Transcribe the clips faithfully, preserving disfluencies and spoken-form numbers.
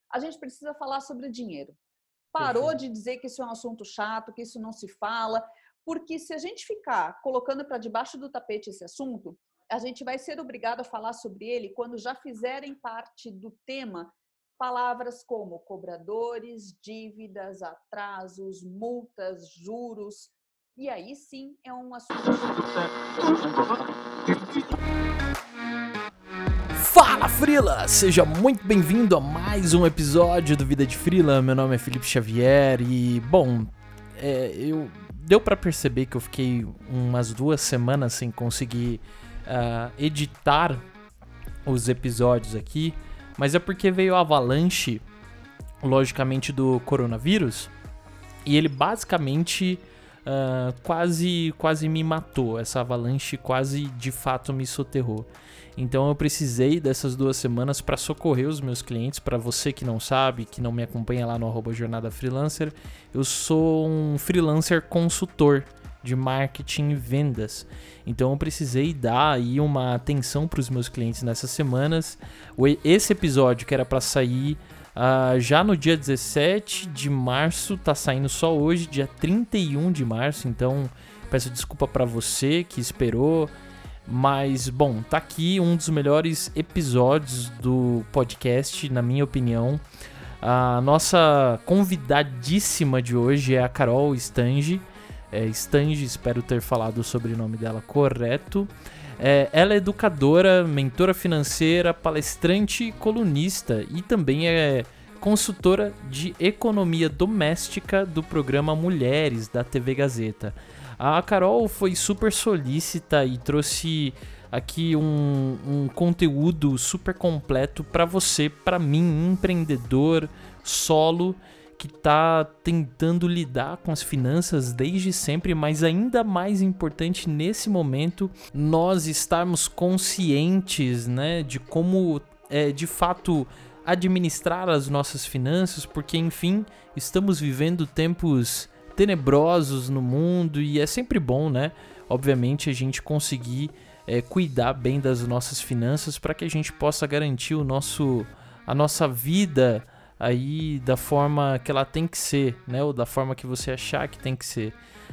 a gente precisa falar sobre dinheiro. Parou Perfeito. de dizer que isso é um assunto chato, que isso não se fala, porque se a gente ficar colocando para debaixo do tapete esse assunto, a gente vai ser obrigado a falar sobre ele quando já fizerem parte do tema palavras como cobradores, dívidas, atrasos, multas, juros. E aí sim é um assunto chato. Fala, Freela! Seja muito bem-vindo a mais um episódio do Vida de Freela. Meu nome é Felipe Xavier e, bom, é, eu deu pra perceber que eu fiquei umas duas semanas sem conseguir uh, editar os episódios aqui, mas é porque veio a avalanche, logicamente, do coronavírus e ele basicamente uh, quase, quase me matou. Essa avalanche quase de fato me soterrou. Então eu precisei dessas duas semanas para socorrer os meus clientes. Para você que não sabe, que não me acompanha lá no arroba Jornada Freelancer, eu sou um freelancer consultor de marketing e vendas. Então eu precisei dar aí uma atenção para os meus clientes nessas semanas. Esse episódio que era para sair uh, já no dia dezessete de março, tá saindo só hoje, dia trinta e um de março. Então peço desculpa para você que esperou. Mas, bom, tá aqui um dos melhores episódios do podcast, na minha opinião. A nossa convidadíssima de hoje é a Carol Stange. É, Stange, espero ter falado o sobrenome dela correto. É, ela é educadora, mentora financeira, palestrante e colunista. E também é consultora de economia doméstica do programa Mulheres, da T V Gazeta. A Carol foi super solícita e trouxe aqui um, um conteúdo super completo para você, para mim, empreendedor solo que está tentando lidar com as finanças desde sempre, mas ainda mais importante nesse momento, nós estarmos conscientes, né, de como é, de fato administrar as nossas finanças, porque enfim, estamos vivendo tempos tenebrosos no mundo e é sempre bom, né? Obviamente a gente conseguir é, cuidar bem das nossas finanças para que a gente possa garantir o nosso, a nossa vida aí da forma que ela tem que ser, né? Ou da forma que você achar que tem que ser.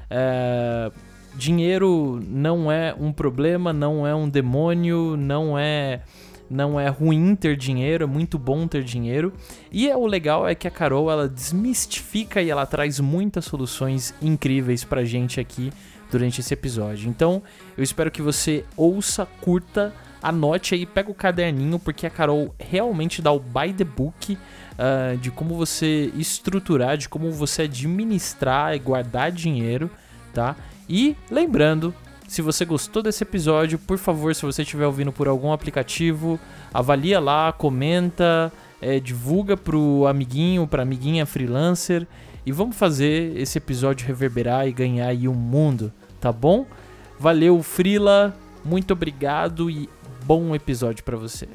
É, dinheiro não é um problema, não é um demônio, não é não é ruim ter dinheiro, é muito bom ter dinheiro. E é, o legal é que a Carol, ela desmistifica e ela traz muitas soluções incríveis pra gente aqui durante esse episódio. Então, eu espero que você ouça, curta, anote aí, pega o caderninho, porque a Carol realmente dá o by the book uh, de como você estruturar, de como você administrar e guardar dinheiro, tá? E lembrando, se você gostou desse episódio, por favor, se você estiver ouvindo por algum aplicativo, avalia lá, comenta, é, divulga pro amiguinho, pra amiguinha freelancer e vamos fazer esse episódio reverberar e ganhar aí um mundo, tá bom? Valeu, Freela, muito obrigado e bom episódio pra você.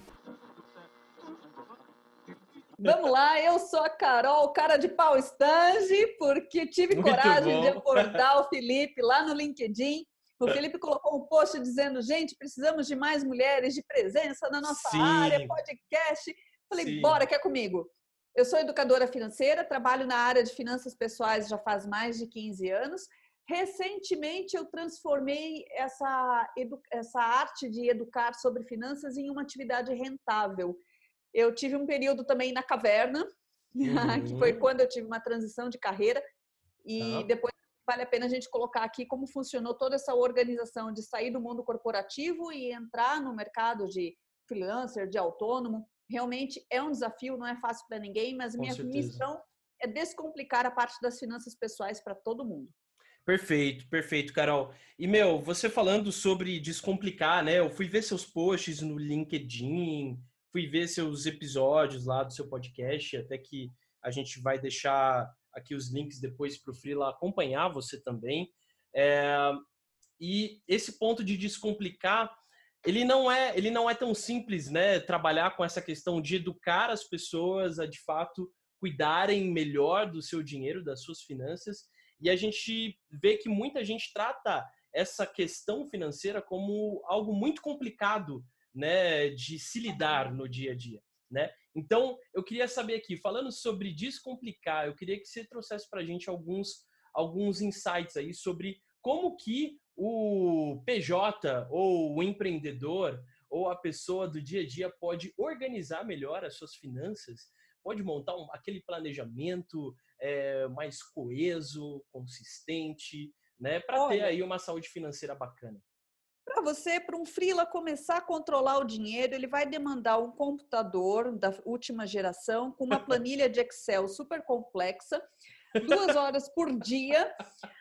Vamos lá, eu sou a Carol, cara de pau Stange, porque tive Muito coragem bom. de abordar o Felipe lá no LinkedIn. O Felipe colocou um post dizendo, gente, precisamos de mais mulheres de presença na nossa Sim, área, podcast. Falei, sim. bora, quer comigo? Eu sou educadora financeira, trabalho na área de finanças pessoais já faz mais de quinze anos. Recentemente, eu transformei essa, essa arte de educar sobre finanças em uma atividade rentável. Eu tive um período também na caverna, uhum. que foi quando eu tive uma transição de carreira, e tá. Depois vale a pena a gente colocar aqui como funcionou toda essa organização de sair do mundo corporativo e entrar no mercado de freelancer, de autônomo. Realmente é um desafio, não é fácil para ninguém, mas Com minha certeza. missão é descomplicar a parte das finanças pessoais para todo mundo. Perfeito, perfeito, Carol. E, meu, você falando sobre descomplicar, né? Eu fui ver seus posts no LinkedIn, fui ver seus episódios lá do seu podcast, até que a gente vai deixar aqui os links depois para o Freela acompanhar você também. É, e esse ponto de descomplicar, ele não é, ele não é tão simples, né? Trabalhar com essa questão de educar as pessoas a, de fato, cuidarem melhor do seu dinheiro, das suas finanças. E a gente vê que muita gente trata essa questão financeira como algo muito complicado, né, de se lidar no dia a dia, né? Então, eu queria saber aqui, falando sobre descomplicar, eu queria que você trouxesse para a gente alguns, alguns insights aí sobre como que o P J ou o empreendedor ou a pessoa do dia a dia pode organizar melhor as suas finanças, pode montar um, aquele planejamento é, mais coeso, consistente, né, para ter aí uma saúde financeira bacana. Para você, para um freela começar a controlar o dinheiro, ele vai demandar um computador da última geração com uma planilha de Excel super complexa, duas horas por dia.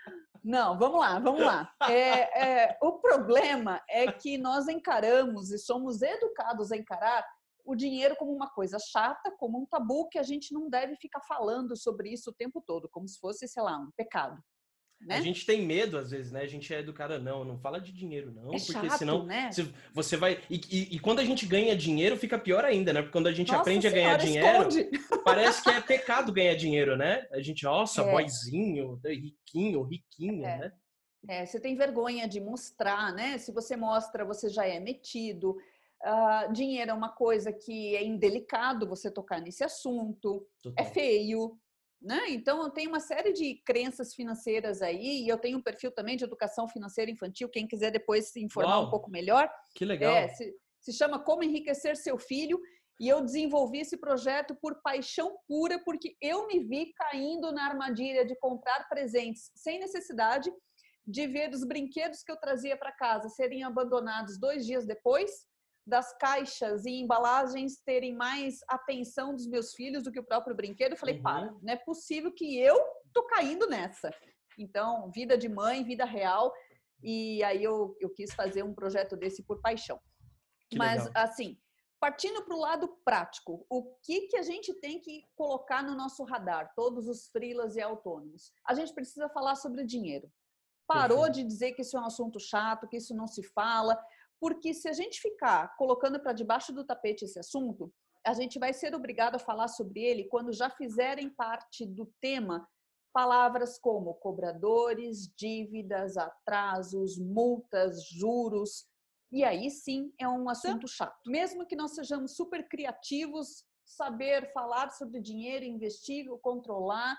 Não, vamos lá, vamos lá. É, é, o problema é que nós encaramos e somos educados a encarar o dinheiro como uma coisa chata, como um tabu que a gente não deve ficar falando sobre isso o tempo todo, como se fosse, sei lá, um pecado. Né? A gente tem medo, às vezes, né? A gente é educada, não, não fala de dinheiro, não. É porque chato, senão né? você vai. E, e, e quando a gente ganha dinheiro, fica pior ainda, né? Porque quando a gente Nossa aprende senhora, a ganhar dinheiro, esconde. parece que é pecado ganhar dinheiro, né? A gente, nossa, é. boyzinho, riquinho, riquinho, é. né? É, você tem vergonha de mostrar, né? Se você mostra, você já é metido. Uh, dinheiro é uma coisa que é indelicado você tocar nesse assunto, Total. É feio. Né? Então, tem uma série de crenças financeiras aí, e eu tenho um perfil também de educação financeira infantil, quem quiser depois se informar Uau, um pouco melhor. Que legal. É, se, se chama Como Enriquecer Seu Filho, e eu desenvolvi esse projeto por paixão pura, porque eu me vi caindo na armadilha de comprar presentes sem necessidade, de ver os brinquedos que eu trazia para casa serem abandonados dois dias depois, das caixas e embalagens terem mais atenção dos meus filhos do que o próprio brinquedo. Eu falei, uhum. para, não é possível que eu tô caindo nessa. Então, vida de mãe, vida real. E aí eu, eu quis fazer um projeto desse por paixão. Que Mas, legal. assim, partindo para o lado prático, o que, que a gente tem que colocar no nosso radar, todos os freelas e autônomos? A gente precisa falar sobre dinheiro. Parou Perfeito. De dizer que isso é um assunto chato, que isso não se fala, porque se a gente ficar colocando para debaixo do tapete esse assunto, a gente vai ser obrigado a falar sobre ele quando já fizerem parte do tema palavras como cobradores, dívidas, atrasos, multas, juros. E aí sim é um assunto chato. Mesmo que nós sejamos super criativos, saber falar sobre dinheiro, investir, controlar,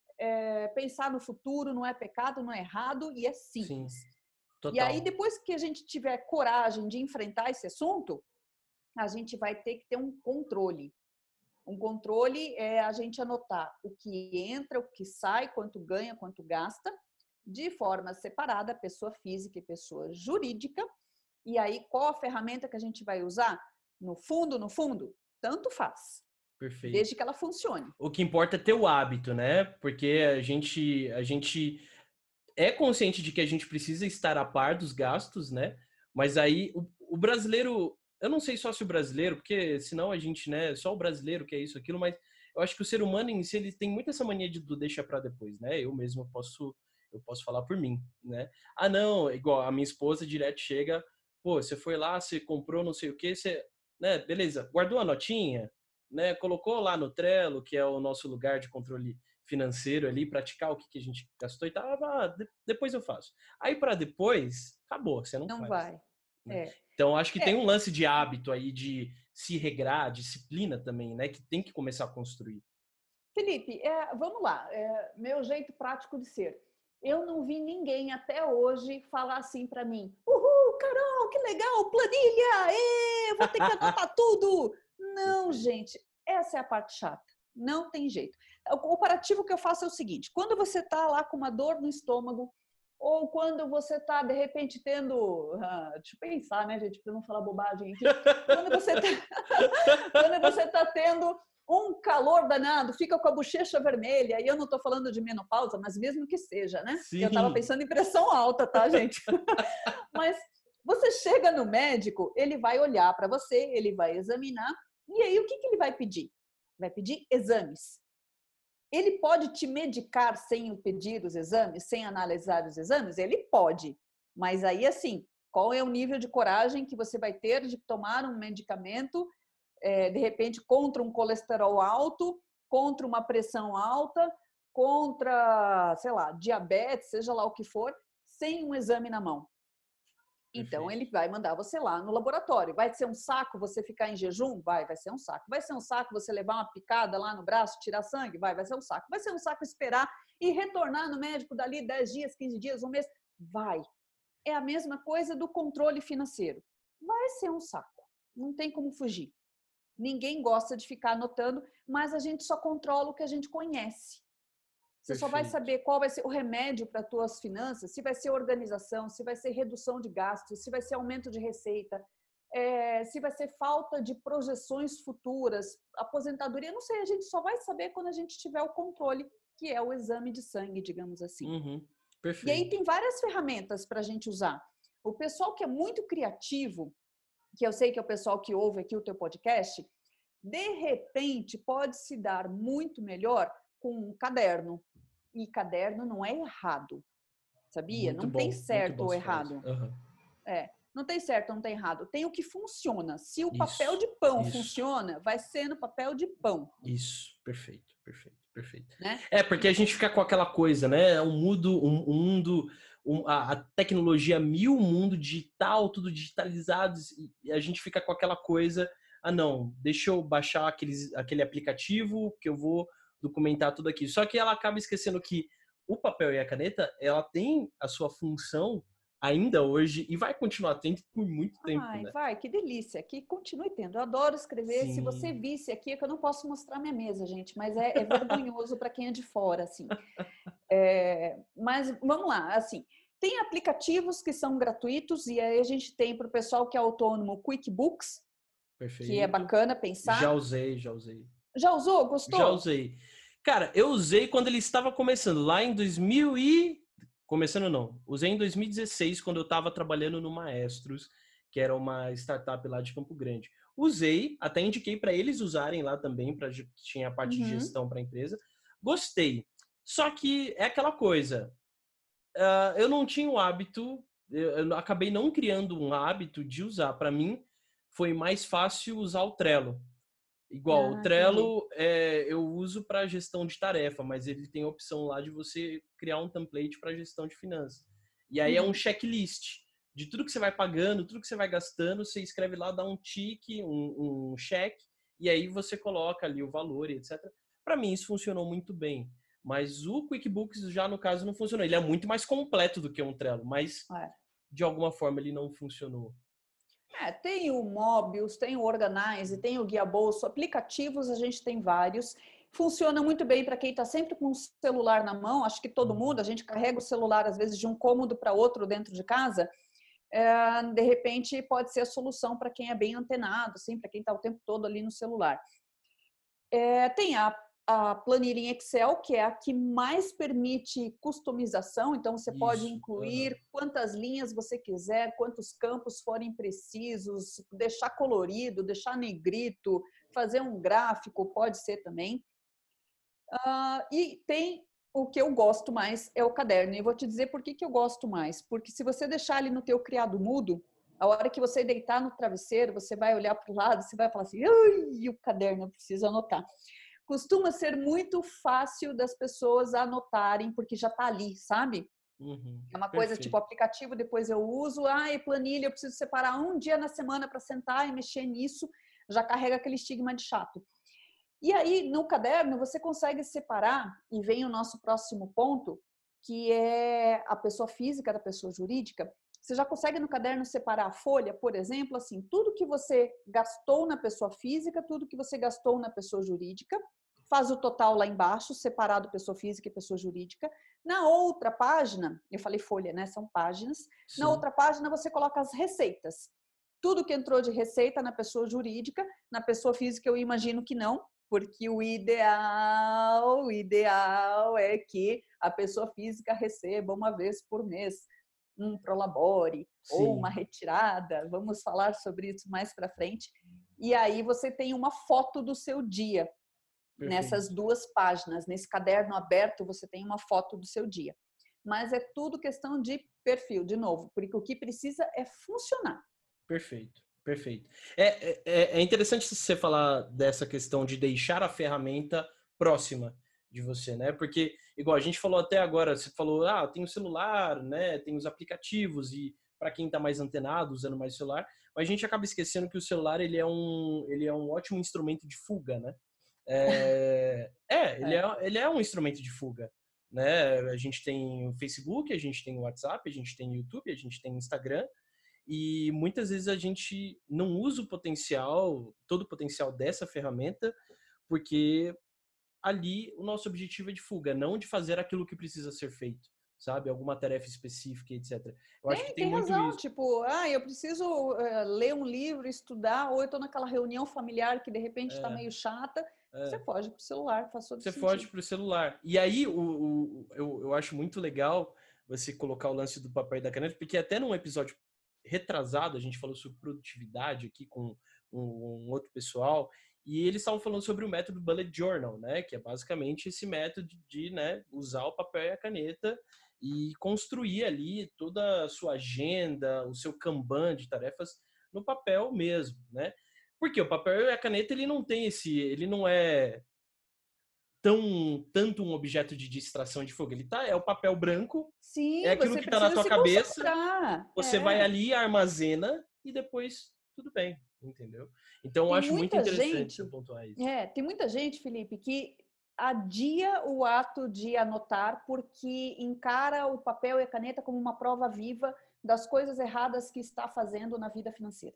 é, pensar no futuro não é pecado, não é errado e é simples. Sim. Total. E aí, depois que a gente tiver coragem de enfrentar esse assunto, a gente vai ter que ter um controle. Um controle é a gente anotar o que entra, o que sai, quanto ganha, quanto gasta, de forma separada, pessoa física e pessoa jurídica. E aí, qual a ferramenta que a gente vai usar? No fundo, no fundo, tanto faz. Perfeito. Desde que ela funcione. O que importa é ter o hábito, né? Porque a gente... A gente... é consciente de que a gente precisa estar a par dos gastos, né? Mas aí o, o brasileiro, eu não sei só se o brasileiro, porque senão a gente, né, só o brasileiro que é isso, aquilo, mas eu acho que o ser humano em si, ele tem muito essa mania de deixar para depois, né? Eu mesmo posso, eu posso falar por mim, né? Ah, não, igual a minha esposa direto chega, pô, você foi lá, você comprou não sei o que, você, né, beleza, guardou a notinha, né, colocou lá no Trello, que é o nosso lugar de controle financeiro ali, praticar o que, que a gente gastou e tal, ah, depois eu faço. Aí para depois, acabou, você não, não faz. vai. Né? É. Então, acho que é. tem um lance de hábito aí, de se regrar, disciplina também, né, que tem que começar a construir. Felipe, é, vamos lá, é, meu jeito prático de ser. Eu não vi ninguém até hoje falar assim para mim, uhul, Carol, que legal, planilha, ê, vou ter que anotar tudo. Não, gente, essa é a parte chata. Não tem jeito. O comparativo que eu faço é o seguinte, quando você está lá com uma dor no estômago, ou quando você está, de repente, tendo... Ah, deixa eu pensar, né, gente, para não falar bobagem aqui. Quando você está quando você tá tendo um calor danado, fica com a bochecha vermelha, e eu não estou falando de menopausa, mas mesmo que seja, né? Sim. Eu estava pensando em pressão alta, tá, gente? Mas você chega no médico, ele vai olhar para você, ele vai examinar, e aí o que, que ele vai pedir? Vai pedir exames. Ele pode te medicar sem pedir os exames, sem analisar os exames? Ele pode. Mas aí, assim, qual é o nível de coragem que você vai ter de tomar um medicamento, é, de repente, contra um colesterol alto, contra uma pressão alta, contra, sei lá, diabetes, seja lá o que for, sem um exame na mão? Então, Perfeito. ele vai mandar você lá no laboratório. Vai ser um saco você ficar em jejum? Vai, vai ser um saco. Vai ser um saco você levar uma picada lá no braço, tirar sangue? Vai, vai ser um saco. Vai ser um saco esperar e retornar no médico dali dez dias, quinze dias, um mês? Vai. É a mesma coisa do controle financeiro. Vai ser um saco. Não tem como fugir. Ninguém gosta de ficar anotando, mas a gente só controla o que a gente conhece. Você Perfeito. só vai saber qual vai ser o remédio para as tuas finanças, se vai ser organização, se vai ser redução de gastos, se vai ser aumento de receita, é, se vai ser falta de projeções futuras, aposentadoria, não sei, a gente só vai saber quando a gente tiver o controle, que é o exame de sangue, digamos assim. Uhum. Perfeito. E aí tem várias ferramentas para a gente usar. O pessoal que é muito criativo, que eu sei que é o pessoal que ouve aqui o teu podcast, de repente pode se dar muito melhor com um caderno. E caderno não é errado, sabia? Muito não bom, tem certo ou frase. errado. Uhum. É, não tem certo ou não tem errado. Tem o que funciona. Se o Isso, papel de pão isso. funciona, vai ser no papel de pão. Isso, perfeito, perfeito, perfeito. Né? É, porque a gente fica com aquela coisa, né? Um mundo, um, um mundo, um, a, a tecnologia mil, um mundo digital, tudo digitalizado, e a gente fica com aquela coisa, ah não, deixa eu baixar aqueles, aquele aplicativo que eu vou documentar tudo aqui. Só que ela acaba esquecendo que o papel e a caneta, ela tem a sua função ainda hoje e vai continuar tendo por muito tempo, Ai, né? vai, que delícia. Que continue tendo. Eu adoro escrever. Sim. Se você visse aqui, é que eu não posso mostrar minha mesa, gente, mas é, é vergonhoso para quem é de fora, assim. É, mas vamos lá, assim, tem aplicativos que são gratuitos e aí a gente tem para o pessoal que é autônomo o QuickBooks, Perfeito. que é bacana pensar. Já usei, já usei. Já usou? Gostou? Já usei. Cara, eu usei quando ele estava começando, lá em dois mil e... Começando não, usei em dois mil e dezesseis, quando eu estava trabalhando no Maestros, que era uma startup lá de Campo Grande. Usei, até indiquei para eles usarem lá também, para tinha a parte Uhum. de gestão para a empresa. Gostei. Só que é aquela coisa, uh, eu não tinha o hábito, eu, eu acabei não criando um hábito de usar. Para mim, foi mais fácil usar o Trello. Igual, Ah, o Trello é, eu uso para gestão de tarefa, mas ele tem a opção lá de você criar um template para gestão de finanças. E aí uhum. é um checklist de tudo que você vai pagando, tudo que você vai gastando, você escreve lá, dá um tique, um, um check, e aí você coloca ali o valor e etcétera. Para mim isso funcionou muito bem, mas o QuickBooks já no caso não funcionou. Ele é muito mais completo do que um Trello, mas É. de alguma forma ele não funcionou. É, tem o Mobius, tem o Organize, tem o Guia Bolso, aplicativos a gente tem vários. Funciona muito bem para quem está sempre com o celular na mão. Acho que todo mundo, a gente carrega o celular às vezes de um cômodo para outro dentro de casa. É, de repente pode ser a solução para quem é bem antenado, assim, para quem está o tempo todo ali no celular. É, tem a a planilha em Excel, que é a que mais permite customização, então você Isso, pode incluir uhum. quantas linhas você quiser, quantos campos forem precisos, deixar colorido, deixar negrito, fazer um gráfico, pode ser também. Uh, e tem o que eu gosto mais, é o caderno, e vou te dizer por que, que eu gosto mais, porque se você deixar ele no teu criado mudo, a hora que você deitar no travesseiro, você vai olhar para o lado, você vai falar assim, ai, o caderno, eu preciso anotar. Costuma ser muito fácil das pessoas anotarem, porque já está ali, sabe? Uhum, é uma coisa perfeito. tipo aplicativo, depois eu uso, ah, e planilha, eu preciso separar um dia na semana para sentar e mexer nisso, já carrega aquele estigma de chato. E aí, no caderno, você consegue separar, e vem o nosso próximo ponto, que é a pessoa física da pessoa jurídica. Você já consegue no caderno separar a folha, por exemplo, assim, tudo que você gastou na pessoa física, tudo que você gastou na pessoa jurídica, faz o total lá embaixo, separado pessoa física e pessoa jurídica. Na outra página, eu falei folha, né? São páginas. Sim. Na outra página você coloca as receitas. Tudo que entrou de receita na pessoa jurídica, na pessoa física eu imagino que não, porque o ideal, o ideal é que a pessoa física receba uma vez por mês um prolabore ou uma retirada. Vamos falar sobre isso mais para frente. E aí você tem uma foto do seu dia. Perfeito. Nessas duas páginas, nesse caderno aberto, você tem uma foto do seu dia. Mas é tudo questão de perfil, de novo, porque o que precisa é funcionar. Perfeito, perfeito. É, é, é interessante você falar dessa questão de deixar a ferramenta próxima de você, né? Porque, igual a gente falou até agora, você falou, ah, tem o celular, né? Tem os aplicativos e para quem está mais antenado, usando mais celular, mas a gente acaba esquecendo que o celular ele é um, ele é um ótimo instrumento de fuga, né? É, é, ele, é. é ele é um instrumento de fuga, né? A gente tem o Facebook, a gente tem o WhatsApp, a gente tem o YouTube, a gente tem o Instagram, e muitas vezes a gente não usa o potencial, todo o potencial dessa ferramenta, porque ali o nosso objetivo é de fuga, não de fazer aquilo que precisa ser feito, sabe? Alguma tarefa específica, etcétera. Eu tem, acho que tem, tem muito razão, isso. Tipo, ah, eu preciso uh, ler um livro, estudar, ou eu estou naquela reunião familiar que de repente está é, meio chata, é. Você foge pro celular, faz todo Você sentido. foge pro celular. E aí, o, o, eu, eu acho muito legal você colocar o lance do papel e da caneta, porque até num episódio retrasado, a gente falou sobre produtividade aqui com um, um outro pessoal, e eles estavam falando sobre o método Bullet Journal, né? Que é basicamente esse método de, né, usar o papel e a caneta e construir ali toda a sua agenda, o seu Kanban de tarefas no papel mesmo, né? Porque o papel e a caneta, ele não tem esse... Ele não é tão tanto um objeto de distração de fogo. Ele tá, é o papel branco, Sim, é aquilo que está na tua cabeça, você é. vai ali, armazena e depois tudo bem, entendeu? Então eu acho muito interessante gente, você pontuar isso. É, tem muita gente, Felipe, que adia o ato de anotar porque encara o papel e a caneta como uma prova viva das coisas erradas que está fazendo na vida financeira.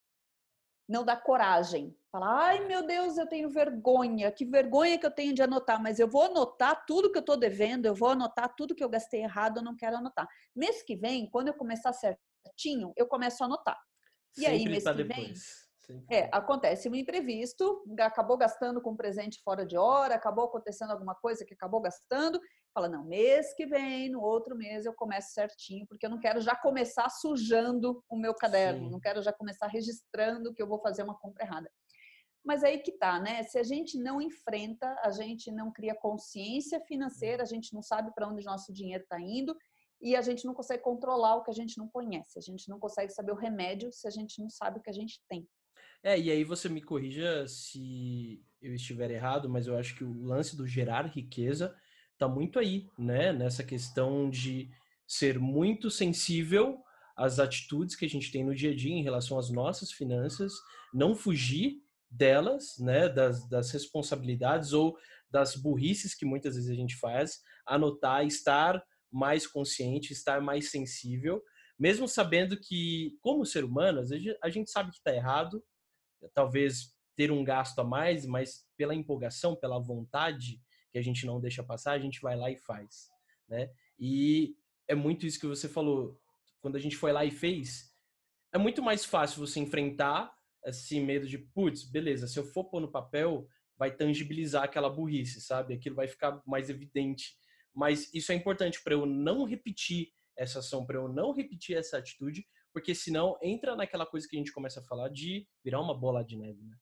Não dá coragem. Fala, ai meu Deus, eu tenho vergonha, que vergonha que eu tenho de anotar, mas eu vou anotar tudo que eu estou devendo, eu vou anotar tudo que eu gastei errado, eu não quero anotar. Mês que vem, quando eu começar certinho, eu começo a anotar. E Sempre aí, mês tá que depois. vem, é, acontece um imprevisto, acabou gastando com um presente fora de hora, acabou acontecendo alguma coisa que acabou gastando, fala, não, mês que vem, no outro mês eu começo certinho, porque eu não quero já começar sujando o meu caderno, Sim. não quero já começar registrando que eu vou fazer uma compra errada. Mas aí que tá, né? Se a gente não enfrenta, a gente não cria consciência financeira, a gente não sabe para onde nosso dinheiro está indo e a gente não consegue controlar o que a gente não conhece, a gente não consegue saber o remédio se a gente não sabe o que a gente tem. É, e aí você me corrija se eu estiver errado, mas eu acho que o lance do gerar riqueza tá muito aí, né? Nessa questão de ser muito sensível às atitudes que a gente tem no dia a dia em relação às nossas finanças, não fugir delas, né? Das, das responsabilidades ou das burrices que muitas vezes a gente faz, anotar, estar mais consciente, estar mais sensível, mesmo sabendo que, como ser humano, às vezes a gente sabe que está errado, talvez ter um gasto a mais, mas pela empolgação, pela vontade que a gente não deixa passar, a gente vai lá e faz, né? E é muito isso que você falou, quando a gente foi lá e fez, é muito mais fácil você enfrentar esse medo de, putz, beleza, se eu for pôr no papel, vai tangibilizar aquela burrice, sabe? Aquilo vai ficar mais evidente. Mas isso é importante para eu não repetir essa ação, para eu não repetir essa atitude, porque senão entra naquela coisa que a gente começa a falar de virar uma bola de neve, né?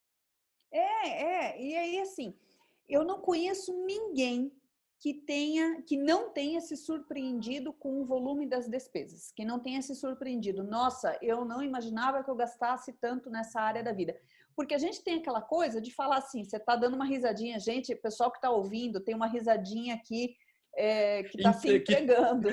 É, é. E aí, assim, eu não conheço ninguém que tenha, que não tenha se surpreendido com o volume das despesas, que não tenha se surpreendido. Nossa, eu não imaginava que eu gastasse tanto nessa área da vida. Porque a gente tem aquela coisa de falar assim, você está dando uma risadinha, gente, o pessoal que está ouvindo tem uma risadinha aqui é, que está se entregando.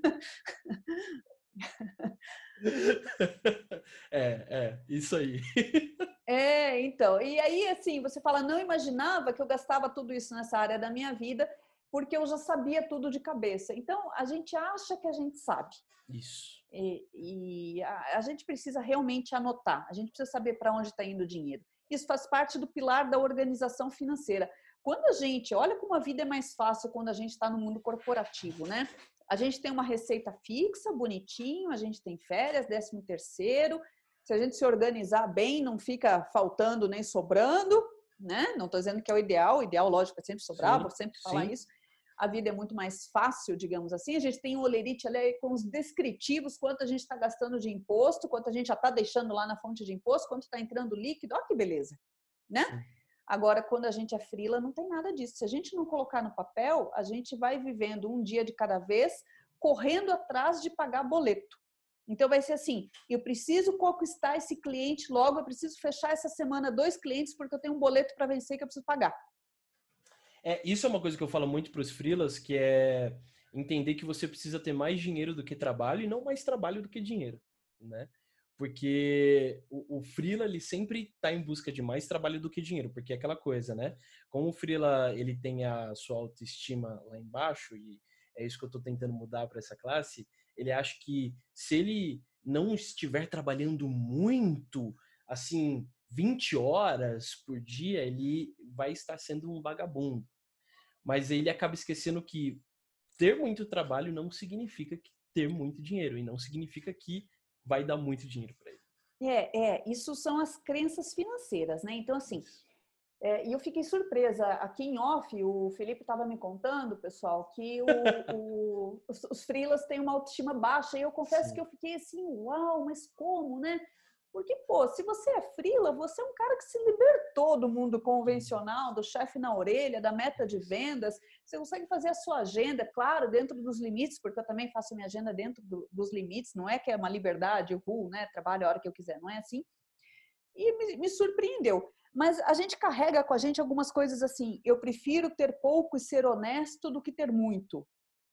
É, é, isso aí. É, então, e aí assim, você fala, não imaginava que eu gastava tudo isso nessa área da minha vida, porque eu já sabia tudo de cabeça. Então, a gente acha que a gente sabe. Isso. E, e a, a gente precisa realmente anotar, a gente precisa saber para onde está indo o dinheiro. Isso faz parte do pilar da organização financeira. Quando a gente, olha como a vida é mais fácil quando a gente está no mundo corporativo, né? A gente tem uma receita fixa, bonitinho, a gente tem férias, décimo terceiro. Se a gente se organizar bem, não fica faltando nem sobrando, né? Não estou dizendo que é o ideal, o ideal, lógico, é sempre sobrar, vou sempre falar sim. isso. A vida é muito mais fácil, digamos assim. A gente tem um olerite ali com os descritivos, quanto a gente está gastando de imposto, quanto a gente já está deixando lá na fonte de imposto, quanto está entrando líquido. Olha que beleza, né? Sim. Agora, quando a gente é freela, não tem nada disso. Se a gente não colocar no papel, a gente vai vivendo um dia de cada vez, correndo atrás de pagar boleto. Então, vai ser assim, eu preciso conquistar esse cliente logo, eu preciso fechar essa semana dois clientes, porque eu tenho um boleto para vencer que eu preciso pagar. É, isso é uma coisa que eu falo muito para os freelas, que é entender que você precisa ter mais dinheiro do que trabalho e não mais trabalho do que dinheiro, né? Porque o, o freela, ele sempre está em busca de mais trabalho do que dinheiro, porque é aquela coisa, né? Como o freela, ele tem a sua autoestima lá embaixo, e é isso que eu estou tentando mudar para essa classe, ele acha que se ele não estiver trabalhando muito, assim, vinte horas por dia, ele vai estar sendo um vagabundo. Mas ele acaba esquecendo que ter muito trabalho não significa que ter muito dinheiro, e não significa que vai dar muito dinheiro para ele. É, é, isso são as crenças financeiras, né? Então, assim, é, e eu fiquei surpresa. Aqui em off, o Felipe estava me contando, pessoal, que o, o, os, os freelas têm uma autoestima baixa. E eu confesso Sim. que eu fiquei assim, uau, mas como, né? Porque, pô, se você é freela, você é um cara que se libertou do mundo convencional, do chefe na orelha, da meta de vendas. Você consegue fazer a sua agenda, claro, dentro dos limites, porque eu também faço minha agenda dentro do, dos limites. Não é que é uma liberdade, uh, né? Trabalho a hora que eu quiser, não é assim. E me, me surpreendeu. Mas a gente carrega com a gente algumas coisas assim. Eu prefiro ter pouco e ser honesto do que ter muito,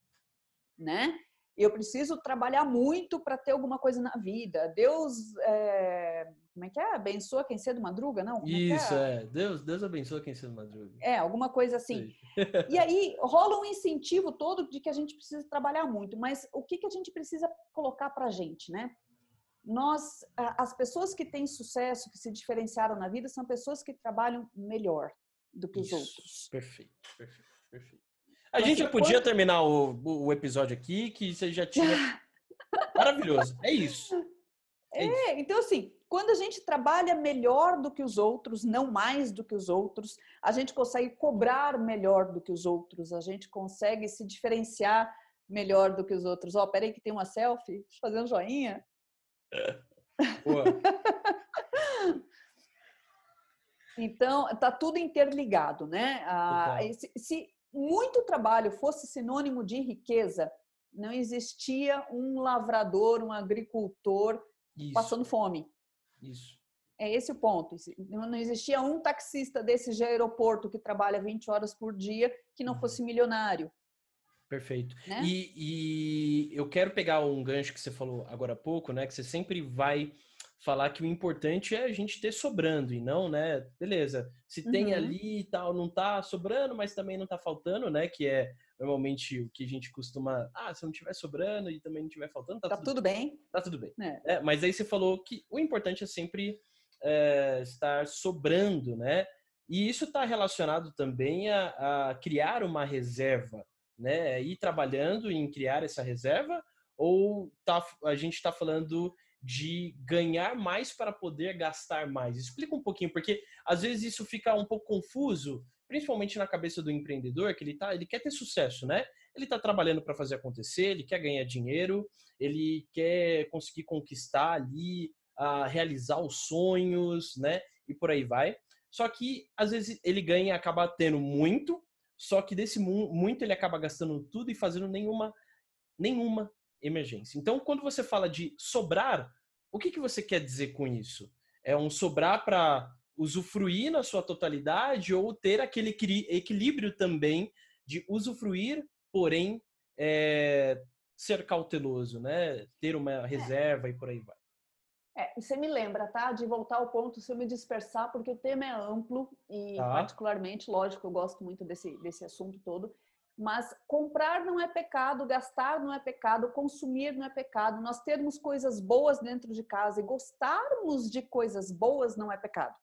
né? Eu preciso trabalhar muito para ter alguma coisa na vida. Deus, é... como é que é? Abençoa quem cedo madruga, não? Como Isso, é, é, é. Deus, Deus abençoa quem cedo madruga. É, alguma coisa assim. E aí rola um incentivo todo de que a gente precisa trabalhar muito. Mas o que, que a gente precisa colocar para a gente, né? Nós, as pessoas que têm sucesso, que se diferenciaram na vida, são pessoas que trabalham melhor do que Isso, os outros. Perfeito, perfeito, perfeito. A gente já podia quando... terminar o, o episódio aqui, que você já tinha... Maravilhoso, é isso. É, é isso. Então assim, quando a gente trabalha melhor do que os outros, não mais do que os outros, a gente consegue cobrar melhor do que os outros, a gente consegue se diferenciar melhor do que os outros. Ó, oh, peraí que tem uma selfie, deixa eu fazer um joinha. Boa. Então, tá tudo interligado, né? Ah, se, se muito trabalho fosse sinônimo de riqueza, não existia um lavrador, um agricultor Isso. passando fome. Isso. É esse o ponto. Não existia um taxista desse de aeroporto que trabalha vinte horas por dia que não fosse milionário. Perfeito. Né? E, e eu quero pegar um gancho que você falou agora há pouco, né? Que você sempre vai falar que o importante é a gente ter sobrando e não, né? Beleza, se uhum. tem ali e tal, não tá sobrando, mas também não tá faltando, né? Que é normalmente o que a gente costuma... Ah, se não tiver sobrando e também não tiver faltando, tá, tá tudo, tudo bem. bem. Tá tudo bem. É. É, mas aí você falou que o importante é sempre é, estar sobrando, né? E isso está relacionado também a, a criar uma reserva, né? Ir trabalhando em criar essa reserva, ou tá, a gente está falando de ganhar mais para poder gastar mais? Explica um pouquinho, porque às vezes isso fica um pouco confuso, principalmente na cabeça do empreendedor, que ele, tá, ele quer ter sucesso, né? Ele está trabalhando para fazer acontecer, ele quer ganhar dinheiro, ele quer conseguir conquistar ali, a realizar os sonhos, né? E por aí vai. Só que às vezes ele ganha e acaba tendo muito, só que desse muito ele acaba gastando tudo e fazendo nenhuma, nenhuma emergência. Então, quando você fala de sobrar, o que, que você quer dizer com isso? É um sobrar para usufruir na sua totalidade ou ter aquele equilíbrio também de usufruir, porém é, ser cauteloso, né? Ter uma reserva é. E por aí vai. É, você me lembra, tá? De voltar ao ponto, se eu me dispersar, porque o tema é amplo e tá. particularmente, lógico, eu gosto muito desse, desse assunto todo, mas comprar não é pecado, gastar não é pecado, consumir não é pecado, nós termos coisas boas dentro de casa e gostarmos de coisas boas não é pecado.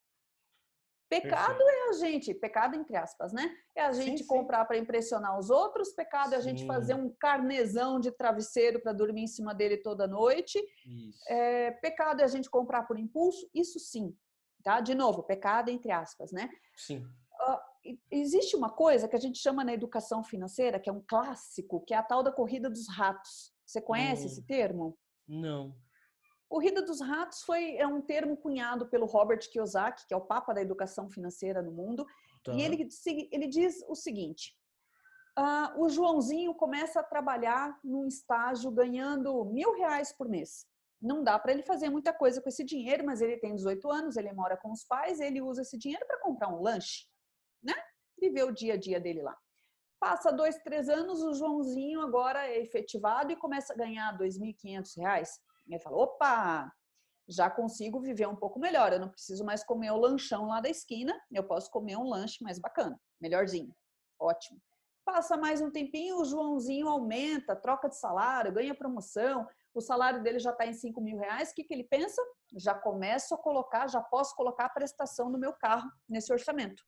Pecado Perfeito. É a gente, pecado entre aspas, né? É a gente sim, comprar para impressionar os outros, pecado sim. É a gente fazer um carnezão de travesseiro para dormir em cima dele toda noite. Isso. É, pecado é a gente comprar por impulso, isso sim, tá? De novo, pecado entre aspas, né? Sim. Uh, existe uma coisa que a gente chama na educação financeira, que é um clássico, que é a tal da corrida dos ratos. Você conhece hum, esse termo? Não. Corrida dos ratos foi, é um termo cunhado pelo Robert Kiyosaki, que é o papa da educação financeira no mundo, tá. E ele, ele diz o seguinte, uh, o Joãozinho começa a trabalhar num estágio ganhando mil reais por mês. Não dá para ele fazer muita coisa com esse dinheiro, mas ele tem dezoito anos, ele mora com os pais, ele usa esse dinheiro para comprar um lanche, né? Viver o dia a dia dele lá. Passa dois, três anos, o Joãozinho agora é efetivado e começa a ganhar dois mil e quinhentos reais. E ele fala, opa, já consigo viver um pouco melhor, eu não preciso mais comer o lanchão lá da esquina, eu posso comer um lanche mais bacana, melhorzinho, ótimo. Passa mais um tempinho, o Joãozinho aumenta, troca de salário, ganha promoção, o salário dele já está em cinco mil reais, o que, que ele pensa? Já começo a colocar, já posso colocar a prestação do meu carro nesse orçamento.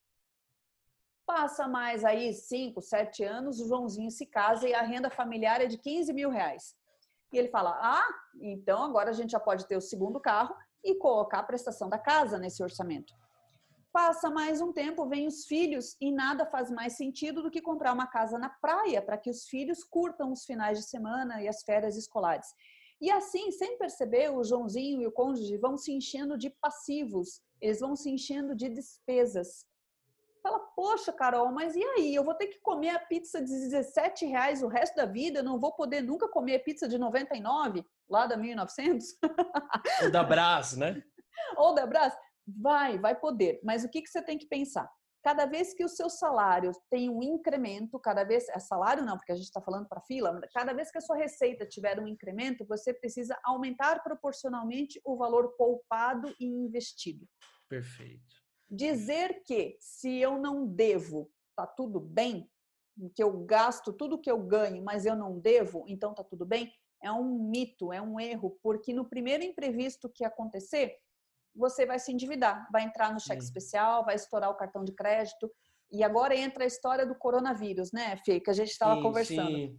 Passa mais aí cinco, sete anos, o Joãozinho se casa e a renda familiar é de quinze mil reais. E ele fala, ah, então agora a gente já pode ter o segundo carro e colocar a prestação da casa nesse orçamento. Passa mais um tempo, vem os filhos e nada faz mais sentido do que comprar uma casa na praia para que os filhos curtam os finais de semana e as férias escolares. E assim, sem perceber, o Joãozinho e o cônjuge vão se enchendo de passivos, eles vão se enchendo de despesas. Fala, poxa, Carol, mas e aí? Eu vou ter que comer a pizza de dezessete reais o resto da vida? Eu não vou poder nunca comer pizza de noventa e nove, lá da mil e novecentos? Ou da Brás, né? Ou da Brás? Vai, vai poder. Mas o que, que você tem que pensar? Cada vez que o seu salário tem um incremento, cada vez... É salário não, porque a gente está falando para fila. Cada vez que a sua receita tiver um incremento, você precisa aumentar proporcionalmente o valor poupado e investido. Perfeito. Dizer que se eu não devo, tá tudo bem, que eu gasto tudo que eu ganho, mas eu não devo, então tá tudo bem, é um mito, é um erro, porque no primeiro imprevisto que acontecer, você vai se endividar, vai entrar no cheque Sim. especial, vai estourar o cartão de crédito, e agora entra a história do coronavírus, né, Fê, que a gente estava conversando. Sim.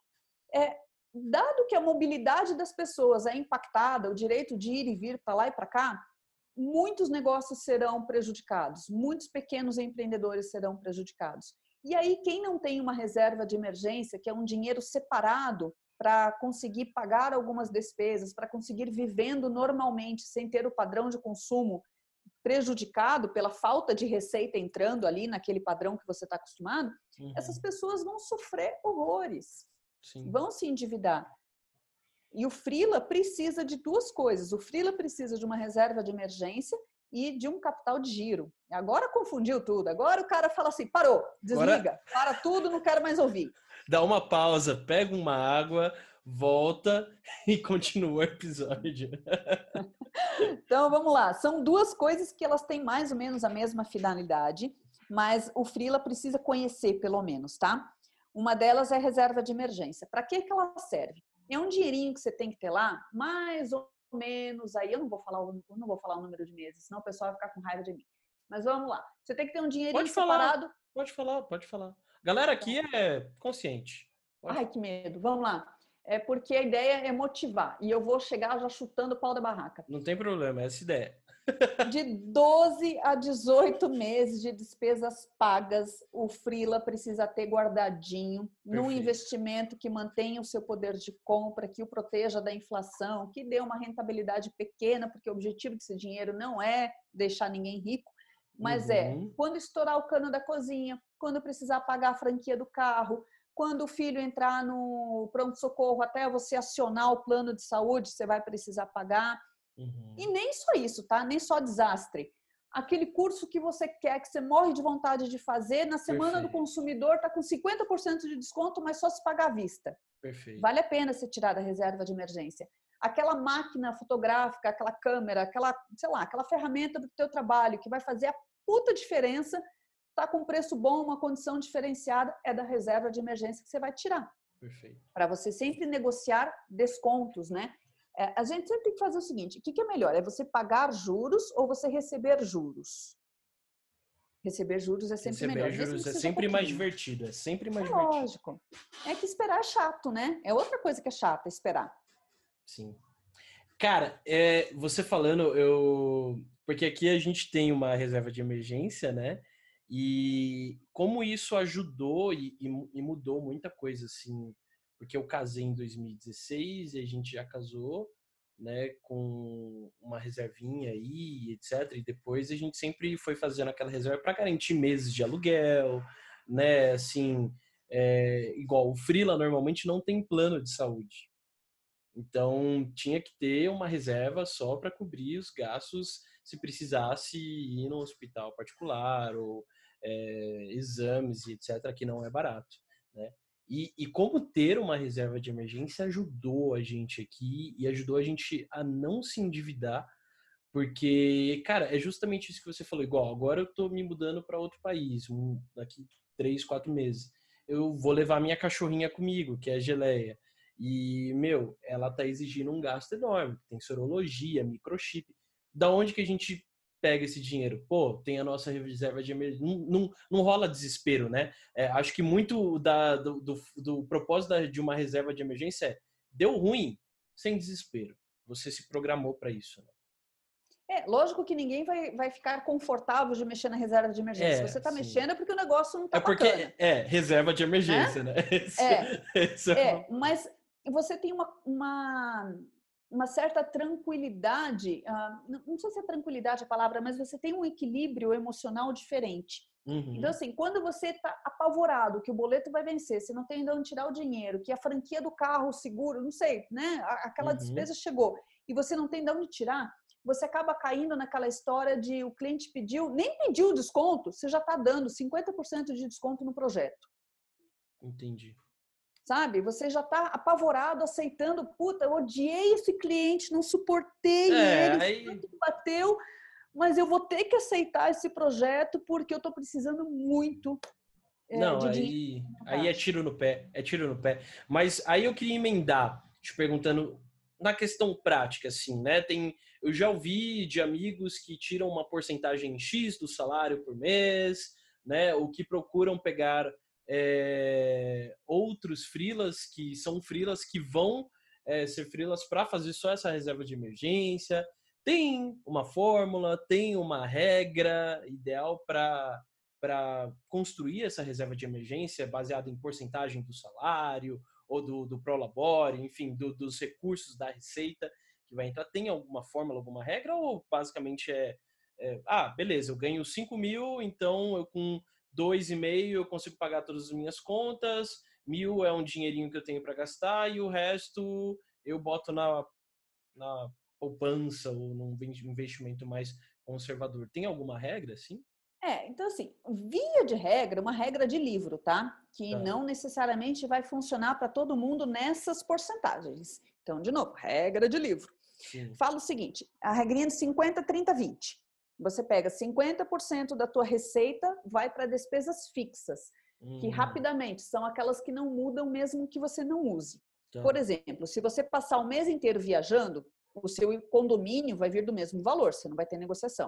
É, dado que a mobilidade das pessoas é impactada, o direito de ir e vir para lá e para cá, muitos negócios serão prejudicados, muitos pequenos empreendedores serão prejudicados. E aí, quem não tem uma reserva de emergência, que é um dinheiro separado para conseguir pagar algumas despesas, para conseguir vivendo normalmente, sem ter o padrão de consumo prejudicado pela falta de receita entrando ali naquele padrão que você está acostumado, uhum. Essas pessoas vão sofrer horrores, Sim. Vão se endividar. E o freela precisa de duas coisas. O freela precisa de uma reserva de emergência e de um capital de giro. Agora confundiu tudo. Agora o cara fala assim, parou, desliga, Agora... para tudo, não quero mais ouvir. Dá uma pausa, pega uma água, volta e continua o episódio. Então, vamos lá. São duas coisas que elas têm mais ou menos a mesma finalidade, mas o freela precisa conhecer pelo menos, tá? Uma delas é a reserva de emergência. Para que que ela serve? É um dinheirinho que você tem que ter lá, mais ou menos, aí eu não vou falar, eu não vou falar o número de meses, senão o pessoal vai ficar com raiva de mim. Mas vamos lá. Você tem que ter um dinheirinho pode falar, separado. Pode falar, pode falar. Galera aqui é consciente. Pode Ai, falar. Que medo. Vamos lá. É porque a ideia é motivar. E eu vou chegar já chutando o pau da barraca. Não tem problema, é essa ideia. De doze a dezoito meses de despesas pagas, o freela precisa ter guardadinho Perfeito. Num investimento que mantenha o seu poder de compra, que o proteja da inflação, que dê uma rentabilidade pequena, porque o objetivo desse dinheiro não é deixar ninguém rico, mas uhum. é quando estourar o cano da cozinha, quando precisar pagar a franquia do carro, quando o filho entrar no pronto-socorro, até você acionar o plano de saúde, você vai precisar pagar. Uhum. E nem só isso, tá? Nem só desastre. Aquele curso que você quer, que você morre de vontade de fazer, na semana Perfeito. Do consumidor tá com cinquenta por cento de desconto, mas só se pagar à vista. Perfeito. Vale a pena você tirar da reserva de emergência. Aquela máquina fotográfica, aquela câmera, aquela, sei lá, aquela ferramenta do teu trabalho que vai fazer a puta diferença, tá com preço bom, uma condição diferenciada, é da reserva de emergência que você vai tirar. Perfeito. Para você sempre negociar descontos, né? É, a gente sempre tem que fazer o seguinte, o que, que é melhor? É você pagar juros ou você receber juros? Receber juros é sempre receber melhor. Receber juros é sempre mais divertido, é sempre mais é divertido. Lógico. É que esperar é chato, né? É outra coisa que é chata, esperar. Sim. Cara, é, você falando, eu... Porque aqui a gente tem uma reserva de emergência, né? E como isso ajudou e, e, e mudou muita coisa, assim... Porque eu casei em dois mil e dezesseis e a gente já casou, né, com uma reservinha aí, etcétera. E depois a gente sempre foi fazendo aquela reserva para garantir meses de aluguel, né, assim, é, igual o freela normalmente não tem plano de saúde. Então tinha que ter uma reserva só para cobrir os gastos se precisasse ir no hospital particular ou é, exames e etcétera, que não é barato, né? E, e como ter uma reserva de emergência ajudou a gente aqui e ajudou a gente a não se endividar, porque, cara, é justamente isso que você falou. Igual, agora eu tô me mudando para outro país, um, daqui três, quatro meses. Eu vou levar minha cachorrinha comigo, que é a Geleia. E, meu, ela tá exigindo um gasto enorme. Tem sorologia, microchip. Da onde que a gente pega esse dinheiro? Pô, tem a nossa reserva de emergência. Não, não, não rola desespero, né? É, acho que muito da, do, do, do propósito de uma reserva de emergência é: deu ruim, sem desespero. Você se programou para isso, né? É, lógico que ninguém vai, vai ficar confortável de mexer na reserva de emergência. É, Se você está sim. mexendo é porque o negócio não está É porque bacana. é reserva de emergência, né? né? Esse, É, esse é, é, mas você tem uma, uma, uma certa tranquilidade, uh, não sei se é tranquilidade a palavra, mas você tem um equilíbrio emocional diferente. Uhum. Então, assim, quando você está apavorado que o boleto vai vencer, você não tem de onde tirar o dinheiro, que a franquia do carro, o seguro, não sei, né? Aquela Uhum. despesa chegou e você não tem de onde tirar, você acaba caindo naquela história de o cliente pediu, nem pediu o desconto, você já está dando cinquenta por cento de desconto no projeto. Entendi. Sabe? Você já está apavorado, aceitando, puta, eu odiei esse cliente, não suportei É, ele, aí... tanto que bateu, mas eu vou ter que aceitar esse projeto porque eu estou precisando muito é, não, de aí, dinheiro. aí é tiro no pé, é tiro no pé. Mas aí eu queria emendar, te perguntando na questão prática, assim, né? Tem, eu já ouvi de amigos que tiram uma porcentagem X do salário por mês, né? Ou que procuram pegar é, outros freelas que são freelas que vão é, ser freelas para fazer só essa reserva de emergência. Tem uma fórmula, tem uma regra ideal para para construir essa reserva de emergência baseada em porcentagem do salário ou do, do Prolabore, enfim, do, dos recursos da receita que vai entrar? Tem alguma fórmula, alguma regra ou basicamente é, é ah, beleza, eu ganho cinco mil, então eu com dois e meio eu consigo pagar todas as minhas contas, mil é um dinheirinho que eu tenho para gastar e o resto eu boto na, na poupança ou num investimento mais conservador. Tem alguma regra, assim? É, então assim, via de regra, uma regra de livro, tá? Que Tá. não necessariamente vai funcionar para todo mundo nessas porcentagens. Então, de novo, regra de livro. Sim. Fala o seguinte, a regrinha de cinquenta, trinta, vinte. Você pega cinquenta por cento da tua receita, vai para despesas fixas, hum. que rapidamente são aquelas que não mudam mesmo que você não use. Tá. Por exemplo, se você passar o mês inteiro viajando, o seu condomínio vai vir do mesmo valor, você não vai ter negociação.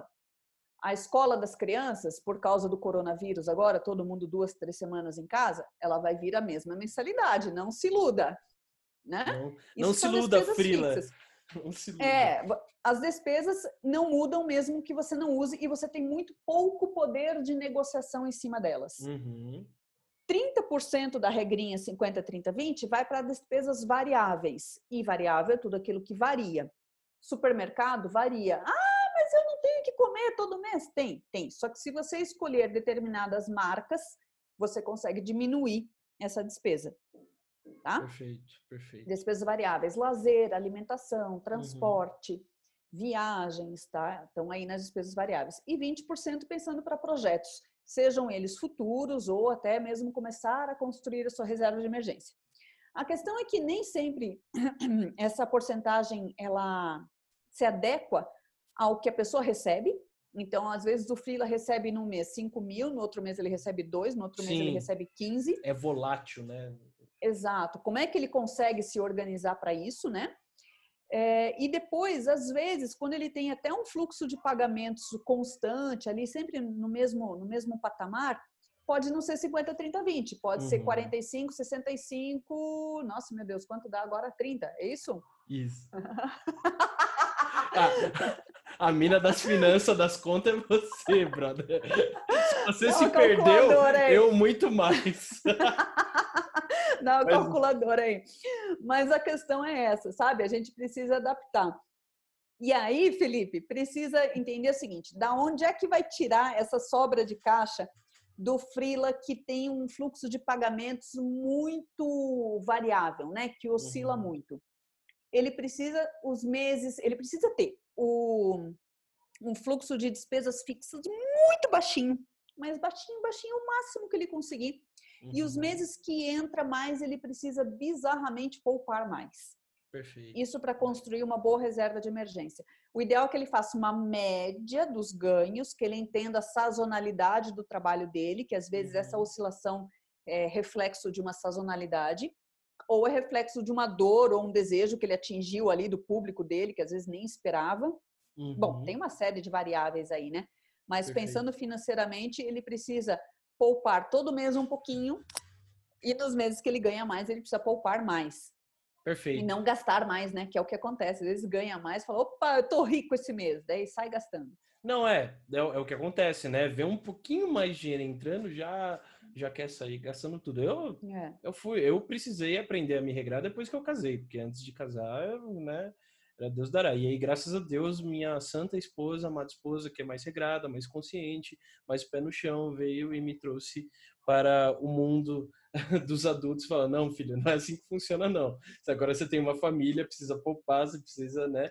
A escola das crianças, por causa do coronavírus agora, todo mundo duas, três semanas em casa, ela vai vir a mesma mensalidade, não se iluda. Né? Não, não se iluda, Frila. Não se iluda. É, as despesas não mudam mesmo que você não use e você tem muito pouco poder de negociação em cima delas. Uhum. trinta por cento da regrinha cinquenta, trinta, vinte vai para despesas variáveis. E variável é tudo aquilo que varia. Supermercado varia. Ah, mas eu não tenho que comer todo mês. Tem, tem. Só que se você escolher determinadas marcas, você consegue diminuir essa despesa. Tá? Perfeito, perfeito. Despesas variáveis, lazer, alimentação, transporte, uhum. viagens, tá? Estão aí nas despesas variáveis. E vinte por cento pensando para projetos, sejam eles futuros ou até mesmo começar a construir a sua reserva de emergência. A questão é que nem sempre essa porcentagem ela se adequa ao que a pessoa recebe. Então, às vezes, o freela recebe num mês cinco mil, no outro mês ele recebe dois, no outro Sim, mês ele recebe quinze. É volátil, né? Exato. Como é que ele consegue se organizar para isso, né? É, e depois, às vezes, quando ele tem até um fluxo de pagamentos constante, ali sempre no mesmo, no mesmo patamar, pode não ser cinquenta, trinta, vinte, pode uhum. ser quarenta e cinco, sessenta e cinco, nossa, meu Deus, quanto dá agora? trinta, é isso? Isso. a, a mina das finanças, das contas é você, brother. Se você Não, se perdeu, aí. eu muito mais. Dá uma calculadora aí. Mas a questão é essa, sabe? A gente precisa adaptar. E aí, Felipe, precisa entender o seguinte, da onde é que vai tirar essa sobra de caixa do freela que tem um fluxo de pagamentos muito variável, né? Que oscila uhum. muito. Ele precisa os meses, ele precisa ter o, um fluxo de despesas fixas muito baixinho, mas baixinho, baixinho, o máximo que ele conseguir. Uhum. E os meses que entra mais, ele precisa bizarramente poupar mais. Perfeito. Isso para construir uma boa reserva de emergência. O ideal é que ele faça uma média dos ganhos, que ele entenda a sazonalidade do trabalho dele, que às vezes uhum. essa oscilação é reflexo de uma sazonalidade, ou é reflexo de uma dor ou um desejo que ele atingiu ali do público dele, que às vezes nem esperava. Uhum. Bom, tem uma série de variáveis aí, né? Mas Perfeito. Pensando financeiramente, ele precisa poupar todo mês um pouquinho, e nos meses que ele ganha mais, ele precisa poupar mais. Perfeito. E não gastar mais, né? Que é o que acontece. Às vezes ganha mais e fala, opa, eu tô rico esse mês. Daí sai gastando. Não, é. É, é o que acontece, né? Ver um pouquinho mais de dinheiro entrando, já, já quer sair gastando tudo. Eu, é. eu, fui, eu precisei aprender a me regrar depois que eu casei. Porque antes de casar, eu, né? Era Deus dará. E aí, graças a Deus, minha santa esposa, amada esposa, que é mais regrada, mais consciente, mais pé no chão, veio e me trouxe para o mundo dos adultos, falando, não, filho, não é assim que funciona, não. Agora você tem uma família, precisa poupar, você precisa, né?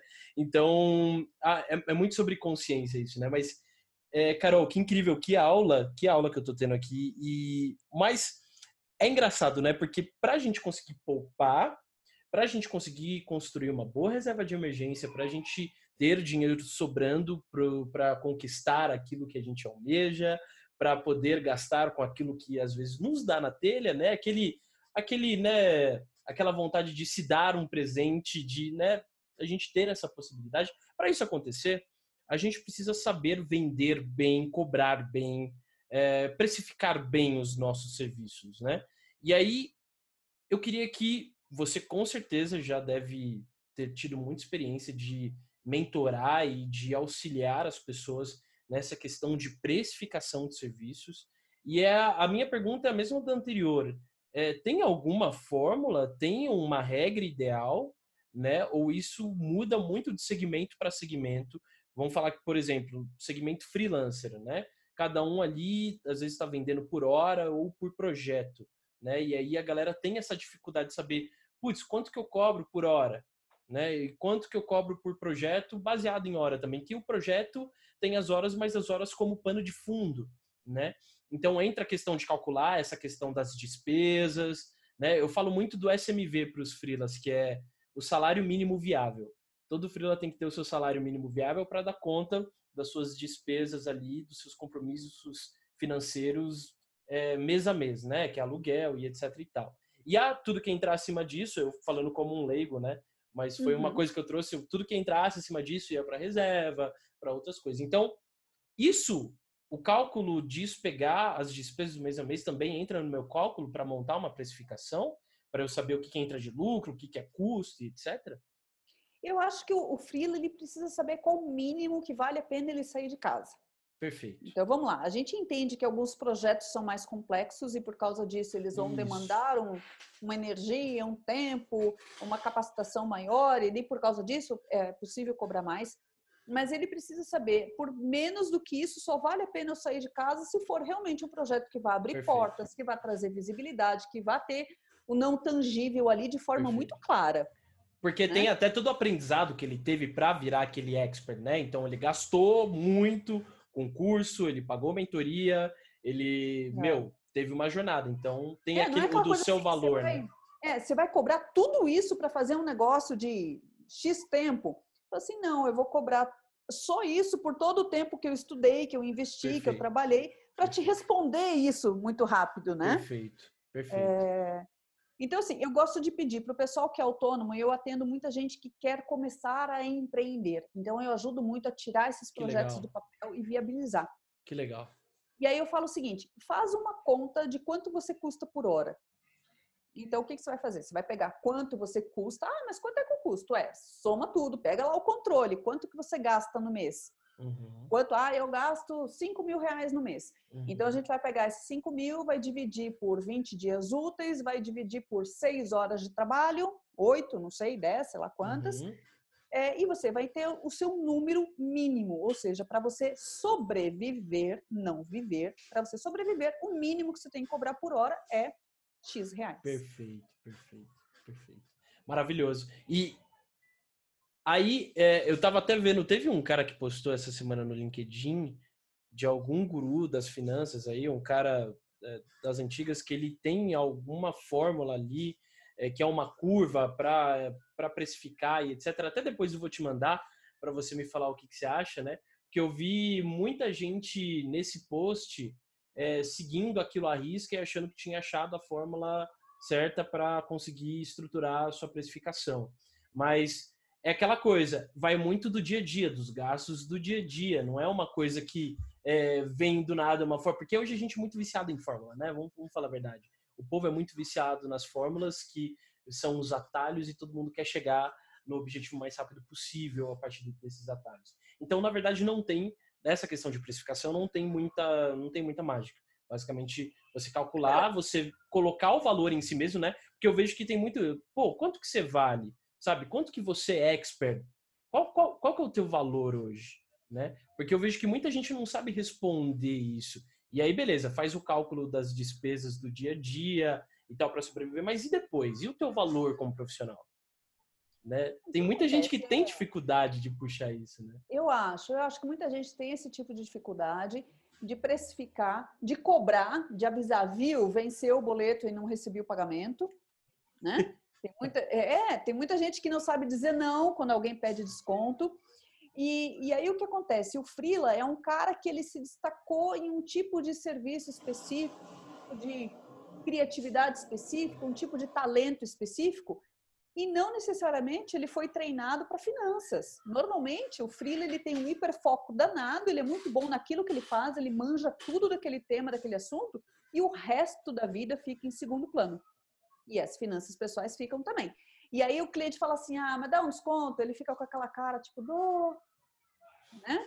Então, ah, é, é muito sobre consciência isso, né? Mas, é, Carol, que incrível, que aula, que aula que eu tô tendo aqui. E, mas é engraçado, né? Porque pra gente conseguir poupar, pra gente conseguir construir uma boa reserva de emergência, pra gente ter dinheiro sobrando para conquistar aquilo que a gente almeja, para poder gastar com aquilo que às vezes nos dá na telha, né? Aquele, aquele, né? Aquela vontade de se dar um presente, de, né? A gente ter essa possibilidade. Para isso acontecer, a gente precisa saber vender bem, cobrar bem, é, precificar bem os nossos serviços, né? E aí, eu queria que você com certeza já deve ter tido muita experiência de mentorar e de auxiliar as pessoas nessa questão de precificação de serviços. E é a minha pergunta é a mesma da anterior. É, tem alguma fórmula, tem uma regra ideal, né? Ou isso muda muito de segmento para segmento? Vamos falar que, por exemplo, segmento freelancer, né? Cada um ali, às vezes, está vendendo por hora ou por projeto, né? E aí a galera tem essa dificuldade de saber, putz, quanto que eu cobro por hora? Né? E quanto que eu cobro por projeto baseado em hora também, que o projeto tem as horas, mas as horas como pano de fundo, né? Então entra a questão de calcular essa questão das despesas, né? Eu falo muito do S M V para os freelas, que é o salário mínimo viável. Todo freela tem que ter o seu salário mínimo viável para dar conta das suas despesas ali, dos seus compromissos financeiros é, mês a mês, né? Que é aluguel e etc e tal. E há tudo que entrar acima disso, eu falando como um leigo, né? Mas foi uhum. uma coisa que eu trouxe, tudo que entrasse acima disso ia para reserva, para outras coisas. Então, isso, o cálculo disso, pegar as despesas do mês a mês também entra no meu cálculo para montar uma precificação, para eu saber o que, que entra de lucro, o que, que é custo, etcétera. Eu acho que o, o freela, ele precisa saber qual o mínimo que vale a pena ele sair de casa. Perfeito. Então, vamos lá. A gente entende que alguns projetos são mais complexos e, por causa disso, eles vão Isso. demandar um, uma energia, um tempo, uma capacitação maior, e por causa disso é possível cobrar mais. Mas ele precisa saber, por menos do que isso, só vale a pena eu sair de casa se for realmente um projeto que vai abrir Perfeito. Portas, que vai trazer visibilidade, que vai ter o não tangível ali de forma Perfeito. Muito clara. Porque né? Tem até todo o aprendizado que ele teve para virar aquele expert, né? Então, ele gastou muito com curso, ele pagou mentoria, ele, é. meu, teve uma jornada. Então, tem é, aquele, é o do seu assim valor, vai, né? É, você vai cobrar tudo isso para fazer um negócio de X tempo. Assim, não, eu vou cobrar só isso por todo o tempo que eu estudei, que eu investi, perfeito. Que eu trabalhei, para te responder isso muito rápido, né? Perfeito, perfeito. É... Então, assim, eu gosto de pedir para o pessoal que é autônomo, eu atendo muita gente que quer começar a empreender. Então, eu ajudo muito a tirar esses projetos do papel e viabilizar. Que legal. E aí eu falo o seguinte, faz uma conta de quanto você custa por hora. Então, o que, que você vai fazer? Você vai pegar quanto você custa. Ah, mas quanto é que eu custo? É, soma tudo, pega lá o controle. Quanto que você gasta no mês? Uhum. Quanto? Ah, eu gasto cinco mil reais no mês. Uhum. Então, a gente vai pegar esses cinco mil, vai dividir por vinte dias úteis, vai dividir por seis horas de trabalho, oito, não sei, dez, sei lá quantas. Uhum. É, e você vai ter o seu número mínimo, ou seja, para você sobreviver, não viver, para você sobreviver, o mínimo que você tem que cobrar por hora é X reais. Perfeito, perfeito, perfeito. Maravilhoso. E aí, é, eu tava até vendo, teve um cara que postou essa semana no LinkedIn de algum guru das finanças aí, um cara é, das antigas, que ele tem alguma fórmula ali, é, que é uma curva para para precificar e etcétera. Até depois eu vou te mandar para você me falar o que, que você acha, né? Porque eu vi muita gente nesse post é, seguindo aquilo à risca e achando que tinha achado a fórmula certa para conseguir estruturar a sua precificação. Mas é aquela coisa, vai muito do dia a dia, dos gastos do dia a dia, não é uma coisa que é, vem do nada uma fórmula, porque hoje a gente é muito viciado em fórmula, né? Vamos, vamos falar a verdade. O povo é muito viciado nas fórmulas, que são os atalhos, e todo mundo quer chegar no objetivo mais rápido possível a partir desses atalhos. Então, na verdade, não tem, nessa questão de precificação, não tem muita, não tem muita mágica. Basicamente, você calcular, você colocar o valor em si mesmo, né? Porque eu vejo que tem muito, pô, quanto que você vale? Sabe? Quanto que você é expert? Qual, qual, qual que é o teu valor hoje? Né? Porque eu vejo que muita gente não sabe responder isso. E aí, beleza, faz o cálculo das despesas do dia a dia e tal para sobreviver, mas e depois? E o teu valor como profissional? Né? Tem muita gente que tem dificuldade de puxar isso, né? Eu acho, eu acho que muita gente tem esse tipo de dificuldade de precificar, de cobrar, de avisar, viu, venceu o boleto e não recebi o pagamento, né? Tem muita, é, tem muita gente que não sabe dizer não quando alguém pede desconto. E, e aí o que acontece? O freela é um cara que ele se destacou em um tipo de serviço específico, de criatividade específica, um tipo de talento específico, e não necessariamente ele foi treinado para finanças. Normalmente o freela ele tem um hiperfoco danado, ele é muito bom naquilo que ele faz, ele manja tudo daquele tema, daquele assunto, e o resto da vida fica em segundo plano. E as finanças pessoais ficam também. E aí o cliente fala assim, ah, mas dá um desconto, ele fica com aquela cara, tipo, dou, né?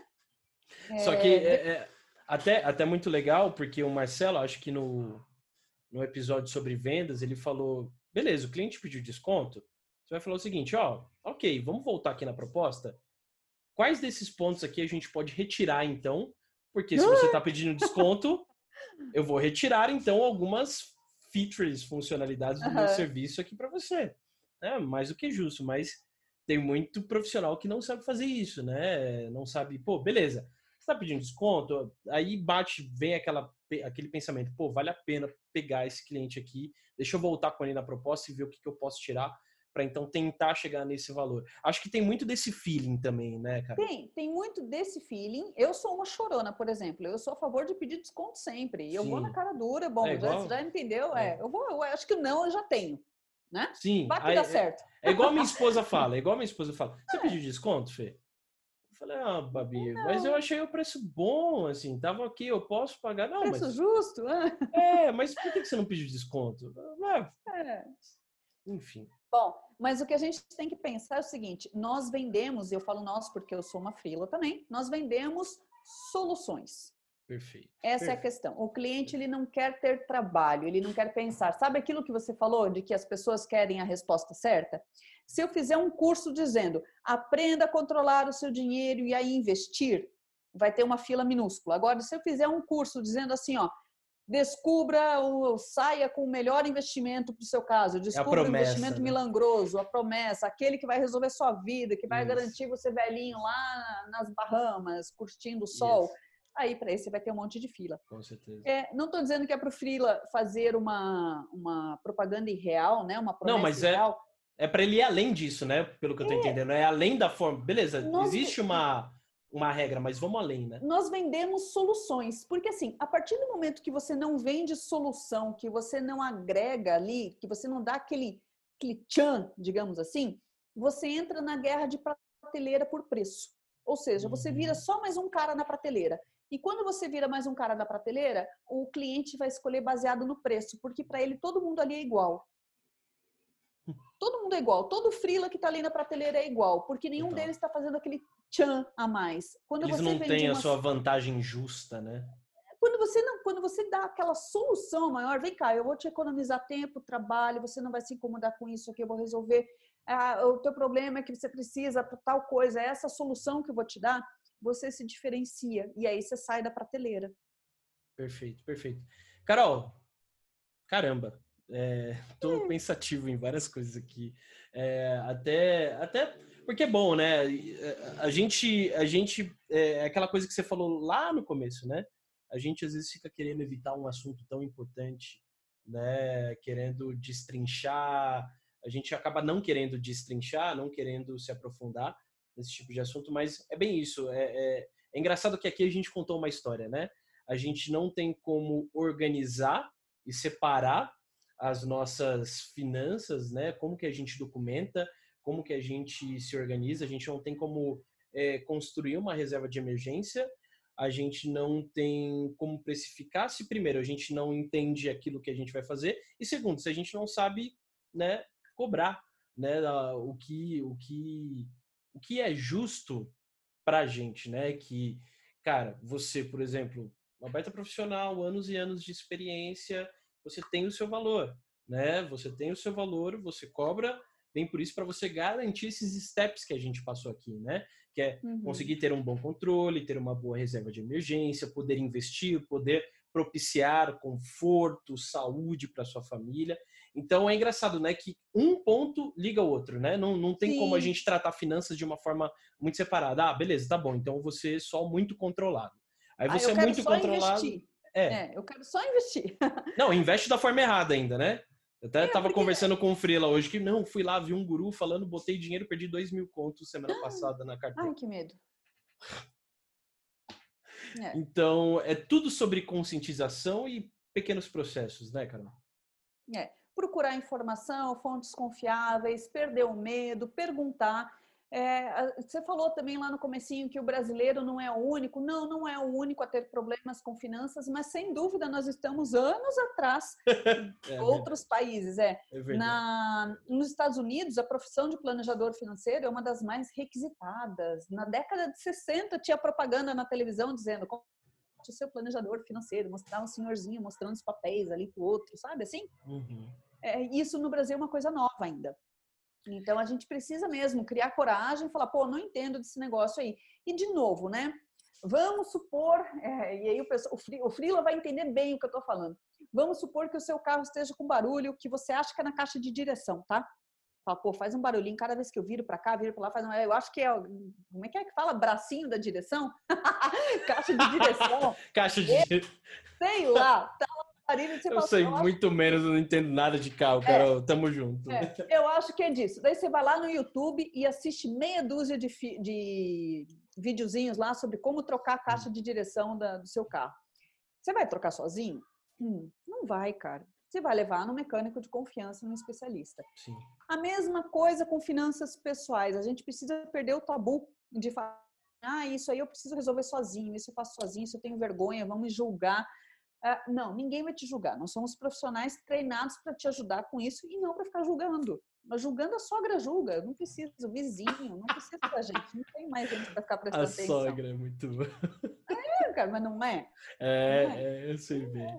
Só que é, é, até, até muito legal, porque o Marcelo, acho que no, no episódio sobre vendas, ele falou, beleza, o cliente pediu desconto, você vai falar o seguinte, ó, ok, vamos voltar aqui na proposta. Quais desses pontos aqui a gente pode retirar, então? Porque se você está pedindo desconto, eu vou retirar, então, algumas features, funcionalidades do uhum. meu serviço aqui para você. É mais do que justo, mas tem muito profissional que não sabe fazer isso, né? Não sabe, pô, beleza, você está pedindo desconto, aí bate, vem aquela, aquele pensamento, pô, vale a pena pegar esse cliente aqui, deixa eu voltar com ele na proposta e ver o que, que eu posso tirar para então tentar chegar nesse valor. Acho que tem muito desse feeling também, né, cara? Tem, tem muito desse feeling. Eu sou uma chorona, por exemplo. Eu sou a favor de pedir desconto sempre. Eu Sim. vou na cara dura, bom, é já, já entendeu? É. É, eu vou, eu acho que não, eu já tenho, né? Sim. Vai que dá certo. É, é igual a minha esposa fala, é igual a minha esposa fala. Você é. pediu desconto, Fê? Eu falei, ah, Babi, não. mas eu achei o preço bom, assim, tava aqui, eu posso pagar. Não, preço mas... justo, né? É, mas por que você não pediu desconto? É. Enfim. Bom, mas o que a gente tem que pensar é o seguinte, nós vendemos, eu falo nós porque eu sou uma freela também, nós vendemos soluções. Perfeito. Essa Perfeito. é a questão. O cliente, ele não quer ter trabalho, ele não quer pensar. Sabe aquilo que você falou, de que as pessoas querem a resposta certa? Se eu fizer um curso dizendo, aprenda a controlar o seu dinheiro e a investir, vai ter uma fila minúscula. Agora, se eu fizer um curso dizendo assim, ó, descubra ou saia com o melhor investimento para o seu caso. Descubra o é investimento né? milagroso, a promessa, aquele que vai resolver sua vida, que vai Isso. garantir você velhinho lá nas Bahamas, curtindo o sol. Isso. Aí, para esse, vai ter um monte de fila. Com certeza. É, não estou dizendo que é para o freela fazer uma, uma propaganda irreal, né? Uma promessa não, mas irreal. É, é para ele ir além disso, né? Pelo que eu estou é. entendendo. É além da forma. Beleza, Nós... existe uma... uma regra, mas vamos além, né? Nós vendemos soluções, porque assim, a partir do momento que você não vende solução, que você não agrega ali, que você não dá aquele, aquele tchan, digamos assim, você entra na guerra de prateleira por preço. Ou seja, você vira só mais um cara na prateleira. E quando você vira mais um cara na prateleira, o cliente vai escolher baseado no preço, porque para ele todo mundo ali é igual. Todo mundo é igual, todo freela que está ali na prateleira é igual, porque nenhum então. deles está fazendo aquele tchan a mais. Quando Eles você não têm uma... a sua vantagem justa, né? Quando você, não, quando você dá aquela solução maior, vem cá, eu vou te economizar tempo, trabalho, você não vai se incomodar com isso aqui, eu vou resolver. Ah, o teu problema é que você precisa para tal coisa, essa solução que eu vou te dar, você se diferencia e aí você sai da prateleira. Perfeito, perfeito. Carol, caramba. É, tô pensativo em várias coisas aqui. É, até, até porque é bom, né? A gente, a gente, é aquela coisa que você falou lá no começo, né? A gente às vezes fica querendo evitar um assunto tão importante, né? Querendo destrinchar, a gente acaba não querendo destrinchar, não querendo se aprofundar nesse tipo de assunto, mas é bem isso. É, é, é engraçado que aqui a gente contou uma história, né? A gente não tem como organizar e separar as nossas finanças, né? Como que a gente documenta, como que a gente se organiza, a gente não tem como é, construir uma reserva de emergência, a gente não tem como precificar se, primeiro, a gente não entende aquilo que a gente vai fazer, e segundo, se a gente não sabe, né, cobrar, né, o que, o que, o que é justo pra gente, né, que, cara, você, por exemplo, uma baita profissional, anos e anos de experiência, você tem o seu valor, né, você tem o seu valor, você cobra, bem por isso, para você garantir esses steps que a gente passou aqui, né, que é uhum. conseguir ter um bom controle, ter uma boa reserva de emergência, poder investir, poder propiciar conforto, saúde para sua família. Então é engraçado, né, que um ponto liga o outro, né? Não, não tem Sim. como a gente tratar finanças de uma forma muito separada. Ah, beleza, tá bom. Então você é só muito controlado. Aí você ah, é muito controlado. Investir. É. é, eu quero só investir. Não, investe da forma errada ainda, né? Eu até é, tava porque... conversando com o Frila hoje que não, fui lá, vi um guru falando, botei dinheiro, perdi dois mil contos semana passada na carteira. Ai, que medo. É. Então, é tudo sobre conscientização e pequenos processos, né, Carol? É. Procurar informação, fontes confiáveis, perder o medo, perguntar. É, você falou também lá no comecinho que o brasileiro não é o único. Não, não é o único a ter problemas com finanças, mas sem dúvida nós estamos anos atrás de é outros países. É. é Na, nos Estados Unidos, a profissão de planejador financeiro é uma das mais requisitadas. Na década de sessenta tinha propaganda na televisão dizendo o seu planejador financeiro, mostrar um senhorzinho mostrando os papéis ali pro outro, sabe assim? Uhum. É, isso no Brasil é uma coisa nova ainda. Então, a gente precisa mesmo criar coragem e falar, pô, não entendo desse negócio aí. E, de novo, né? Vamos supor, é, e aí o, pessoal, o Frila vai entender bem o que eu tô falando. Vamos supor que o seu carro esteja com barulho que você acha que é na caixa de direção, tá? Fala, pô, faz um barulhinho cada vez que eu viro pra cá, viro pra lá, faz um... Eu acho que é... Como é que é que fala? Bracinho da direção? Caixa de direção. Caixa de direção. Sei lá, tá lá. Eu fala, sei eu muito acho... menos, eu não entendo nada de carro, Carol, é, tamo junto. É, eu acho que é disso. Daí você vai lá no YouTube e assiste meia dúzia de, fi... de videozinhos lá sobre como trocar a caixa de direção da, do seu carro. Você vai trocar sozinho? Hum, não vai, cara. Você vai levar no mecânico de confiança, no especialista. Sim. A mesma coisa com finanças pessoais. A gente precisa perder o tabu de falar, ah, isso aí eu preciso resolver sozinho, isso eu faço sozinho, isso eu tenho vergonha, vamos me julgar. Uh, não, ninguém vai te julgar. Nós somos profissionais treinados para te ajudar com isso e não para ficar julgando. Mas julgando a sogra julga. Eu não preciso, o vizinho, não precisa da gente. Não tem mais gente para ficar prestando a atenção. A sogra é muito boa. É, cara, mas não é? É, não é? é eu sei bem.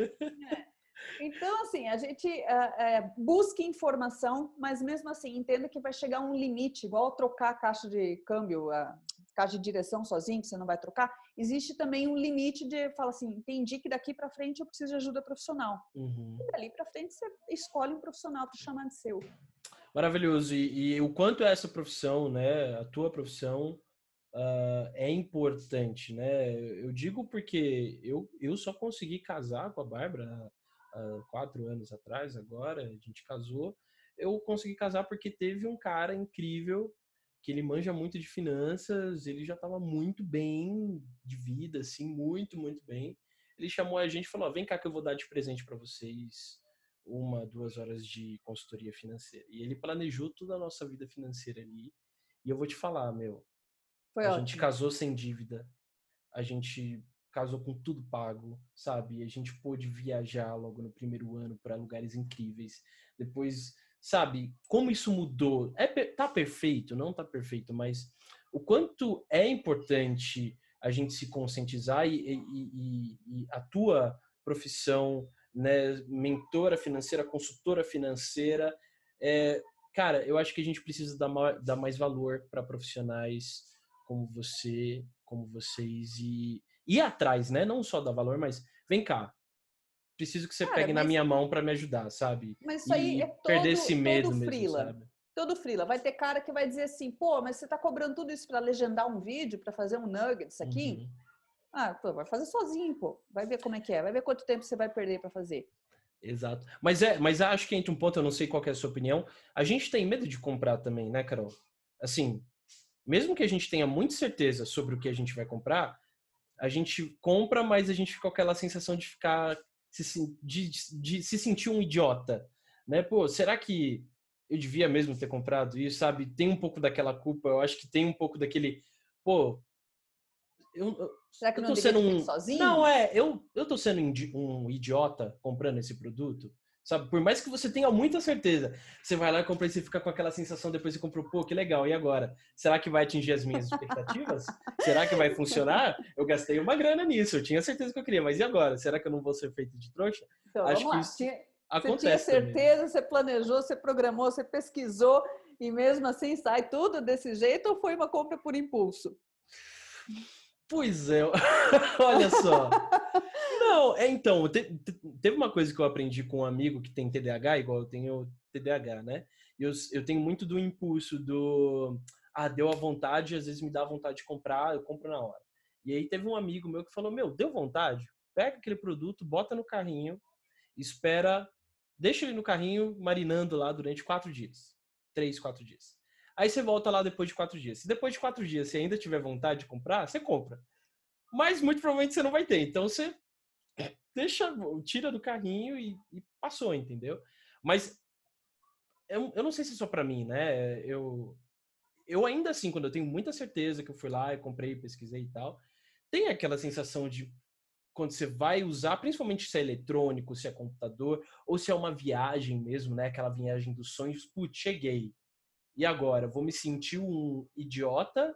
É. É. Então, assim, a gente uh, é, busca informação, mas mesmo assim, entenda que vai chegar um limite, igual trocar a caixa de câmbio, a caixa de direção sozinho, que você não vai trocar. Existe também um limite de, fala assim, entendi que daqui para frente eu preciso de ajuda profissional. Uhum. E dali para frente você escolhe um profissional para chamar de seu. Maravilhoso. E, e o quanto essa profissão, né, a tua profissão, uh, é importante, né? Eu digo porque eu, eu só consegui casar com a Bárbara há quatro anos atrás, agora, a gente casou. Eu consegui casar porque teve um cara incrível que ele manja muito de finanças, ele já estava muito bem de vida, assim, muito, muito bem. Ele chamou a gente e falou, vem cá que eu vou dar de presente para vocês uma, duas horas de consultoria financeira. E ele planejou toda a nossa vida financeira ali. E eu vou te falar, meu, Foi a ótimo. gente casou sem dívida, a gente casou com tudo pago, sabe? A gente pôde viajar logo no primeiro ano para lugares incríveis. Depois... Sabe, como isso mudou? É, tá perfeito? Não tá perfeito, mas o quanto é importante a gente se conscientizar e, e, e, e a tua profissão, né, mentora financeira, consultora financeira, é, cara, eu acho que a gente precisa dar, ma- dar mais valor para profissionais como você, como vocês e ir atrás, né? Não só dar valor, mas vem cá. Preciso que você Cara, pegue mas, na minha mão para me ajudar, sabe? Mas isso aí e é todo, perder esse medo todo mesmo, frila. sabe? todo freela. Vai ter cara que vai dizer assim, pô, mas você está cobrando tudo isso para legendar um vídeo, para fazer um nuggets aqui? Uhum. Ah, pô, vai fazer sozinho, pô. Vai ver como é que é, vai ver quanto tempo você vai perder para fazer. Exato. Mas é, mas acho que entra um ponto, eu não sei qual que é a sua opinião. A gente tem medo de comprar também, né, Carol? Assim, mesmo que a gente tenha muita certeza sobre o que a gente vai comprar, a gente compra, mas a gente fica com aquela sensação de ficar se, de, de se sentir um idiota, né? Pô, será que eu devia mesmo ter comprado isso, sabe? Tem um pouco daquela culpa, eu acho que tem um pouco daquele, pô, eu, eu, Será que eu não tô devia sendo ter feito um, sozinho? não é, eu eu tô sendo um idiota comprando esse produto. Sabe, por mais que você tenha muita certeza, você vai lá e compra e você fica com aquela sensação, depois você comprou, pô, que legal, e agora? Será que vai atingir as minhas expectativas? Será que vai funcionar? Eu gastei uma grana nisso, eu tinha certeza que eu queria, mas e agora? Será que eu não vou ser feito de trouxa? Então, Acho vamos que lá. isso Tinha, você tinha acontece certeza, também. você planejou, você programou, você pesquisou e mesmo assim sai tudo desse jeito ou foi uma compra por impulso? Pois é, olha só. Não, é então, te, te, teve uma coisa que eu aprendi com um amigo que tem T D A H, igual eu tenho T D A H, né? Eu, eu tenho muito do impulso do, ah, deu a vontade, às vezes me dá vontade de comprar, eu compro na hora. E aí teve um amigo meu que falou, meu, deu vontade? Pega aquele produto, bota no carrinho, espera, deixa ele no carrinho marinando lá durante quatro dias. Três, quatro dias. Aí você volta lá depois de quatro dias. Se depois de quatro dias você ainda tiver vontade de comprar, você compra. Mas muito provavelmente você não vai ter. Então você deixa, tira do carrinho e, e passou, entendeu? Mas eu, eu não sei se é só pra mim, né? Eu, eu ainda assim, quando eu tenho muita certeza que eu fui lá, eu comprei, pesquisei e tal, tem aquela sensação de quando você vai usar, principalmente se é eletrônico, se é computador, ou se é uma viagem mesmo, né? Aquela viagem dos sonhos, putz, cheguei. E agora? Vou me sentir um idiota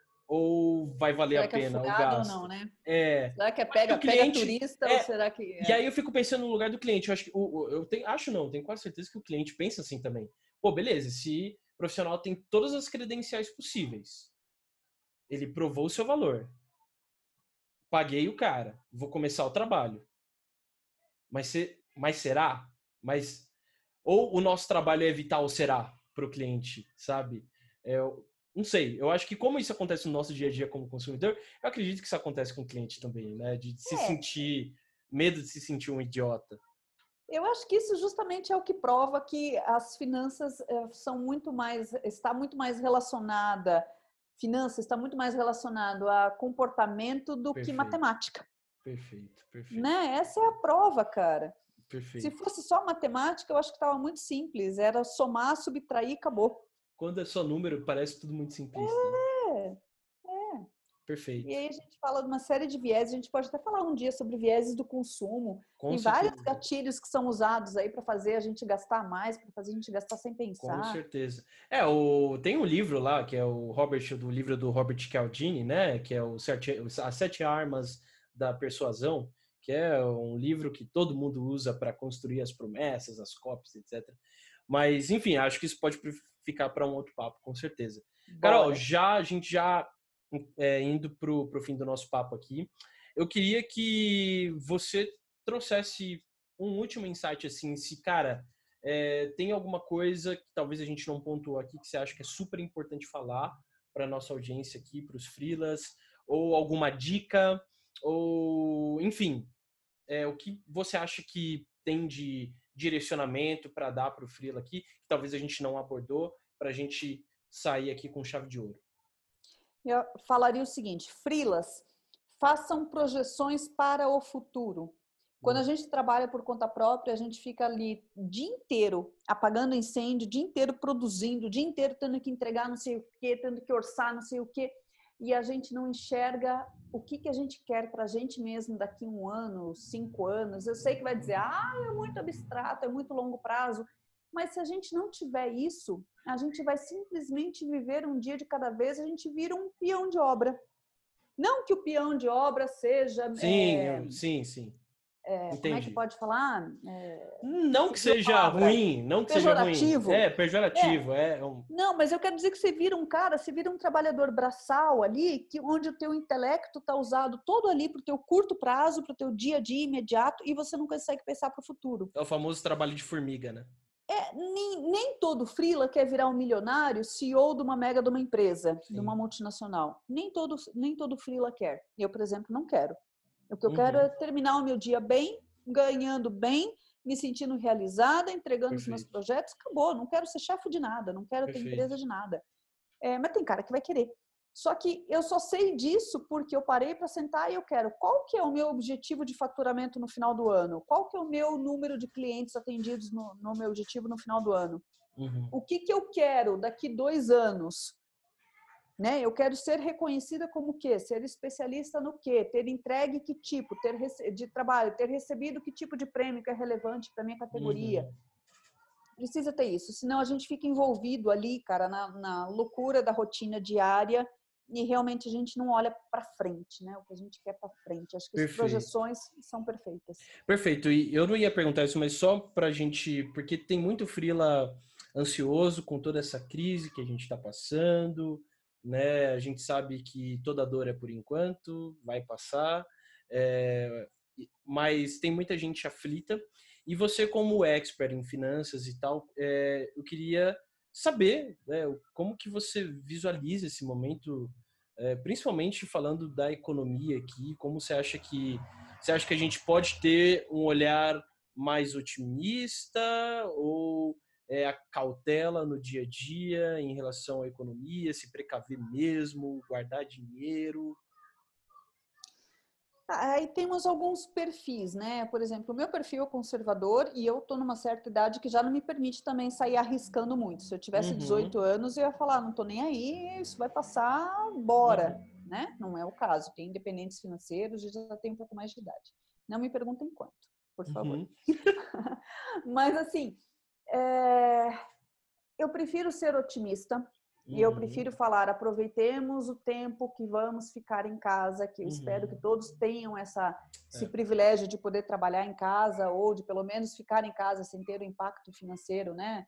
ou vai valer a Será que é pena o furado ou não, gasto? né? É. Será que é Mas pega, o pega cliente. turista ou É, será que e é? aí eu fico pensando no lugar do cliente. Eu acho que o, o- eu tenho, acho não, tenho quase certeza que o cliente pensa assim também. Pô, beleza, esse profissional tem todas as credenciais possíveis. Ele provou o seu valor. Paguei o cara. Vou começar o trabalho. Mas, se, mas será? Mas ou o nosso trabalho é evitar o será para o cliente, sabe? É, eu não sei. Eu acho que como isso acontece no nosso dia a dia como consumidor, eu acredito que isso acontece com o cliente também, né? De se É, sentir medo de se sentir um idiota. eu acho que isso justamente é o que prova que as finanças eh, são muito mais, está muito mais relacionada, finanças está muito mais relacionado a comportamento do que Perfeito, matemática, perfeito, perfeito, né? Essa é a prova, cara. Se perfeito. fosse só matemática, eu acho que estava muito simples, era somar, subtrair e acabou. Quando é só número, parece tudo muito simplista, né? É, é. E Perfeito. aí a gente fala de uma série de vieses, a gente pode até falar um dia sobre vieses do consumo. Com Tem vários certeza. gatilhos que são usados aí para fazer a gente gastar mais, para fazer a gente gastar sem Com pensar. certeza. É, o, tem um livro lá, que é o Robert, do livro do Robert Cialdini, né? Que é o Sete, As Sete Armas da Persuasão, que é um livro que todo mundo usa para construir as promessas, as copies, etcétera. Mas, enfim, acho que isso pode ficar para um outro papo, com certeza. Carol, Bora. já a gente já é, indo para o fim do nosso papo aqui, eu queria que você trouxesse um último insight, assim, se, cara, é, tem alguma coisa que talvez a gente não pontuou aqui que você acha que é super importante falar para a nossa audiência aqui, para os freelas, ou alguma dica, ou, enfim, é, o que você acha que tem de direcionamento para dar para o freela aqui, que talvez a gente não abordou, para a gente sair aqui com chave de ouro? Eu falaria o seguinte: freelas, façam projeções para o futuro. Quando a Boa. gente trabalha por conta própria, a gente fica ali o dia inteiro apagando incêndio, o dia inteiro produzindo, o dia inteiro tendo que entregar não sei o quê, tendo que orçar não sei o quê, e a gente não enxerga o que, que a gente quer para a gente mesmo daqui a um ano, cinco anos. Eu sei que vai dizer, ah, é muito abstrato, é muito longo prazo, mas se a gente não tiver isso, a gente vai simplesmente viver um dia de cada vez, a gente vira um peão de obra. Não que o peão de obra seja... Sim, É, eu, sim, sim. é, como é que Entendi. pode falar? É, Não que fugiu a seja palavra. ruim, não que seja ruim. Pejorativo. É, É, pejorativo, é um... não, mas eu quero dizer que você vira um cara, você vira um trabalhador braçal ali, que, onde o teu intelecto está usado todo ali para o teu curto prazo, para o teu dia a dia imediato, e você não consegue pensar para o futuro. é o famoso trabalho de formiga, né? É, É, nem, nem todo freela quer virar um milionário, C E O de uma mega de uma empresa, Sim. de uma multinacional. Nem todo, nem todo freela quer. Eu, por exemplo, não quero. O que eu uhum. quero é terminar o meu dia bem, ganhando bem, me sentindo realizada, entregando Perfeito. Os meus projetos. Acabou, não quero ser chefe de nada, não quero Perfeito. Ter empresa de nada. É, mas tem cara que vai querer. Só que eu só sei disso porque eu parei para sentar e eu quero. Qual que é o meu objetivo de faturamento no final do ano? Qual que é o meu número de clientes atendidos no, no meu objetivo no final do ano? Uhum. O que que eu quero daqui dois anos? Né? Eu quero ser reconhecida como o quê? Ser especialista no quê? Ter entregue que tipo ter rece- de trabalho? Ter recebido que tipo de prêmio que é relevante para minha categoria? Uhum. Precisa ter isso, senão a gente fica envolvido ali, cara, na, na loucura da rotina diária e realmente a gente não olha para frente, né? O que a gente quer para frente. Acho que Perfeito. As projeções são perfeitas. Perfeito. E eu não ia perguntar isso, mas só para a gente, porque tem muito freela ansioso com toda essa crise que a gente está passando, né? A gente sabe que toda dor é por enquanto, vai passar, é, mas tem muita gente aflita. E você, como expert em finanças e tal, é, eu queria saber, né, como que você visualiza esse momento, é, principalmente falando da economia aqui, como você acha que você acha que a gente pode ter um olhar mais otimista ou é, a cautela no dia a dia em relação à economia, se precaver mesmo, guardar dinheiro? Aí temos alguns perfis, né? Por exemplo, o meu perfil é conservador e eu tô numa certa idade que já não me permite também sair arriscando muito. Se eu tivesse uhum. dezoito anos, eu ia falar, não tô nem aí, isso vai passar, bora, uhum. né? Não é o caso. Tem independentes financeiros e já tem um pouco mais de idade. Não me perguntem quanto, por favor. Uhum. Mas assim, é... eu prefiro ser otimista. E eu prefiro falar, aproveitemos o tempo que vamos ficar em casa, que eu uhum. espero que todos tenham essa, esse é. privilégio de poder trabalhar em casa ou de pelo menos ficar em casa sem ter o impacto financeiro, né,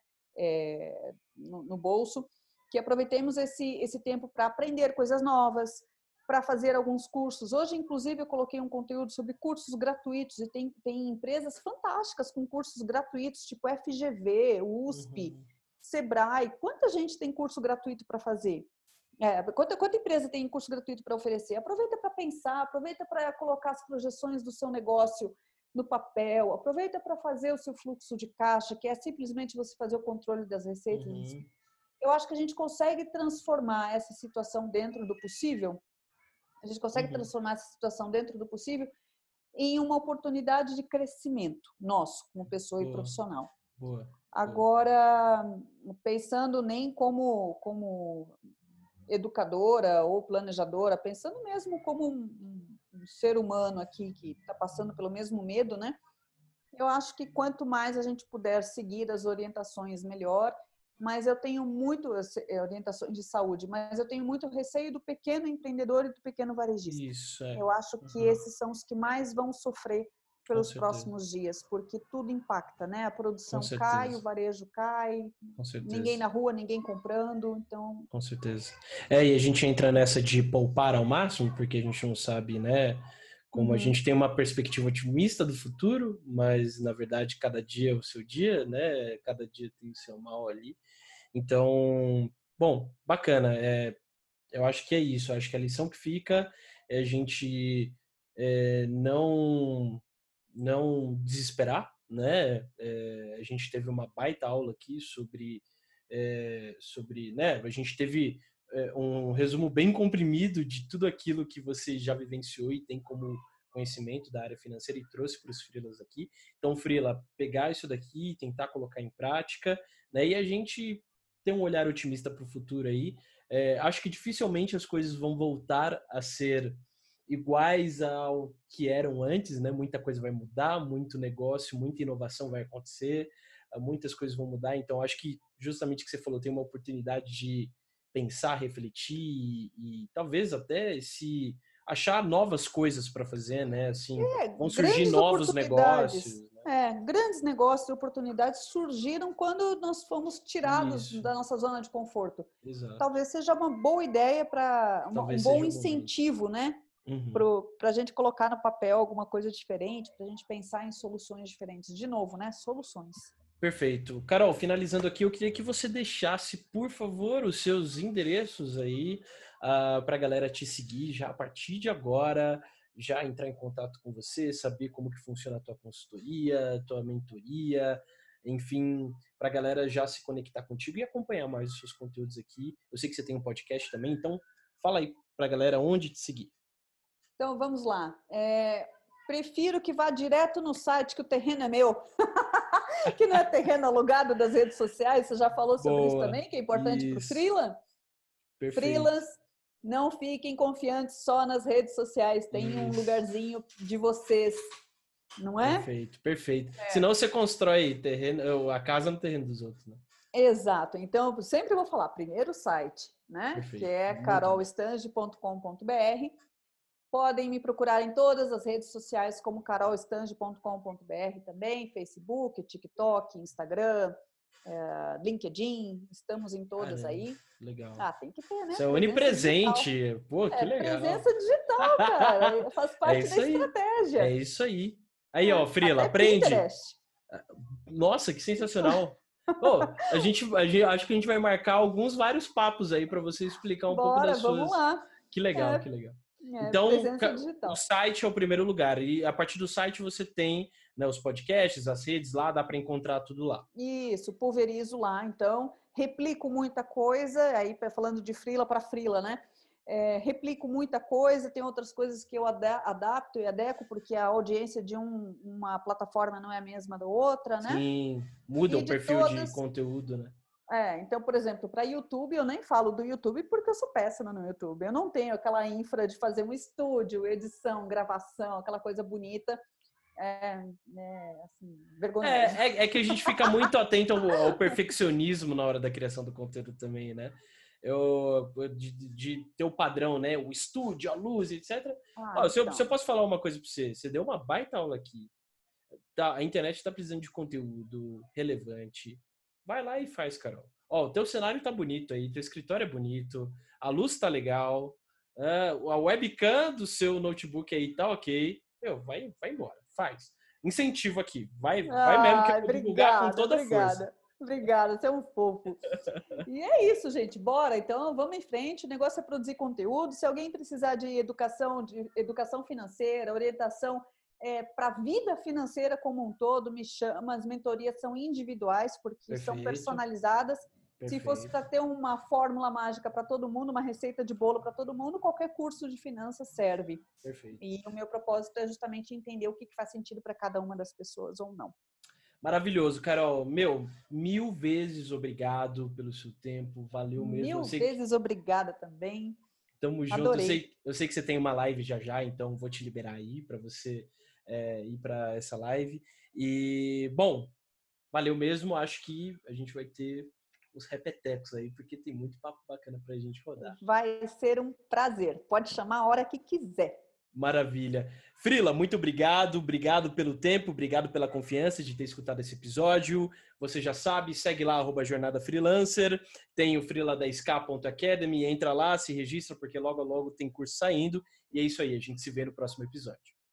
é, no, no bolso, que aproveitemos esse, esse tempo para aprender coisas novas, para fazer alguns cursos. Hoje, inclusive, eu coloquei um conteúdo sobre cursos gratuitos e tem, tem empresas fantásticas com cursos gratuitos, tipo F G V, U S P, uhum. Sebrae, quanta gente tem curso gratuito para fazer? É, quanta, quanta empresa tem curso gratuito para oferecer? Aproveita para pensar, aproveita para colocar as projeções do seu negócio no papel, aproveita para fazer o seu fluxo de caixa, que é simplesmente você fazer o controle das receitas. Uhum. Eu acho que a gente consegue transformar essa situação dentro do possível, a gente consegue uhum. transformar essa situação dentro do possível em uma oportunidade de crescimento nosso, como pessoa Boa. E profissional. Boa. Agora, pensando nem como, como educadora ou planejadora, pensando mesmo como um, um ser humano aqui que está passando pelo mesmo medo, né? Eu acho que quanto mais a gente puder seguir as orientações, melhor. Mas eu tenho muito, orientações de saúde, mas eu tenho muito receio do pequeno empreendedor e do pequeno varejista. Isso, é. Eu acho que uhum. esses são os que mais vão sofrer pelos próximos dias, porque tudo impacta, né? A produção cai, o varejo cai, ninguém na rua, ninguém comprando, então... Com certeza. É, e a gente entra nessa de poupar ao máximo, porque a gente não sabe, né? Como uhum. a gente tem uma perspectiva otimista do futuro, mas, na verdade, cada dia é o seu dia, né? Cada dia tem o seu mal ali. Então, bom, bacana. É, eu acho que é isso. Eu acho que a lição que fica é a gente é, não... não desesperar, né? É, a gente teve uma baita aula aqui sobre, é, sobre, né? A gente teve é, um resumo bem comprimido de tudo aquilo que você já vivenciou e tem como conhecimento da área financeira e trouxe para os freelas aqui. Então, freela, pegar isso daqui, tentar colocar em prática, né? E a gente ter um olhar otimista para o futuro aí. É, acho que dificilmente as coisas vão voltar a ser iguais ao que eram antes, né? Muita coisa vai mudar, muito negócio, muita inovação vai acontecer, muitas coisas vão mudar. Então, acho que justamente o que você falou, tem uma oportunidade de pensar, refletir e, e talvez até se achar novas coisas para fazer, né? Assim, é, vão surgir novos negócios. Né? É, grandes negócios e oportunidades surgiram quando nós fomos tirados Isso. da nossa zona de conforto. Exato. Talvez seja uma boa ideia para um bom incentivo, né? Uhum. Para a gente colocar no papel alguma coisa diferente, para a gente pensar em soluções diferentes. De novo, né? Soluções. Perfeito. Carol, finalizando aqui, eu queria que você deixasse, por favor, os seus endereços aí uh, para a galera te seguir já a partir de agora, já entrar em contato com você, saber como que funciona a tua consultoria, a tua mentoria, enfim, para a galera já se conectar contigo e acompanhar mais os seus conteúdos aqui. Eu sei que você tem um podcast também, então fala aí para a galera onde te seguir. Então, vamos lá. É, prefiro que vá direto no site, que o terreno é meu. Que não é terreno alugado das redes sociais. Você já falou sobre Boa, isso também, que é importante para o freelance. Freelance, não fiquem confiantes só nas redes sociais. Tem isso. Um lugarzinho de vocês, não é? Perfeito, perfeito. É. Senão você constrói terreno, a casa no terreno dos outros, né? Exato. Então, eu sempre vou falar primeiro o site, né? Perfeito. Que é carol stange ponto com ponto b r. Podem me procurar em todas as redes sociais como carol stange ponto com ponto b r também, Facebook, TikTok, Instagram, é, LinkedIn, estamos em todas Caramba, aí. Legal. Ah, tem que ter, né? Você é onipresente. Digital. Pô, que é, legal. Presença digital, cara. Faz parte é da aí. estratégia. É isso aí. Aí, ó, Frila, aprende. Pinterest. Nossa, que sensacional. Pô, a gente, a gente, acho que a gente vai marcar alguns, vários papos aí para você explicar um Bora, pouco das suas... vamos lá. Que legal, é. que legal. É, então, o site é o primeiro lugar. E a partir do site você tem, né, os podcasts, as redes lá, dá para encontrar tudo lá. Isso, pulverizo lá. Então, replico muita coisa, aí falando de frila para frila, né? É, replico muita coisa, tem outras coisas que eu adapto e adequo, porque a audiência de um, uma plataforma não é a mesma da outra, né? Sim, muda e o perfil todas... de conteúdo, né? É, então, por exemplo, para YouTube, eu nem falo do YouTube porque eu sou péssima no YouTube. Eu não tenho aquela infra de fazer um estúdio, edição, gravação, aquela coisa bonita. É, é assim, vergonhoso. É, é, é que a gente fica muito atento ao, ao perfeccionismo na hora da criação do conteúdo também, né? Eu, de, de ter o padrão, né? O estúdio, a luz, etcétera. Ah, Ó, então. se, eu, se eu posso falar uma coisa para você, você deu uma baita aula aqui. Tá, a internet está precisando de conteúdo relevante. Vai lá e faz, Carol. Ó, o teu cenário tá bonito aí, teu escritório é bonito, a luz tá legal, uh, a webcam do seu notebook aí tá ok. Meu, vai, vai embora, faz. Incentivo aqui, vai, ah, vai mesmo que eu vou divulgar obrigada, com toda a obrigada, força. Obrigada, você é um fofo. E é isso, gente, bora. Então, vamos em frente, o negócio é produzir conteúdo. Se alguém precisar de educação, de educação financeira, orientação É, para a vida financeira como um todo, me chama. As mentorias são individuais, porque Perfeito. São personalizadas. Perfeito. Se fosse para ter uma fórmula mágica para todo mundo, uma receita de bolo para todo mundo, qualquer curso de finanças serve. Perfeito. E o meu propósito é justamente entender o que faz sentido para cada uma das pessoas ou não. Maravilhoso, Carol. Meu, mil vezes obrigado pelo seu tempo. Valeu mesmo. Mil vezes que... obrigada também. Tamo junto. Eu sei, eu sei que você tem uma live já já, então vou te liberar aí para você é, ir para essa live. E, bom, valeu mesmo. Acho que a gente vai ter os repetecos aí, porque tem muito papo bacana pra gente rodar. Vai ser um prazer. Pode chamar a hora que quiser. Maravilha. Frila, muito obrigado. Obrigado pelo tempo, obrigado pela confiança de ter escutado esse episódio. Você já sabe, segue lá, arroba Jornada Freelancer. Tem o frila dez k ponto academy. Entra lá, se registra, porque logo a logo tem curso saindo. E é isso aí, a gente se vê no próximo episódio.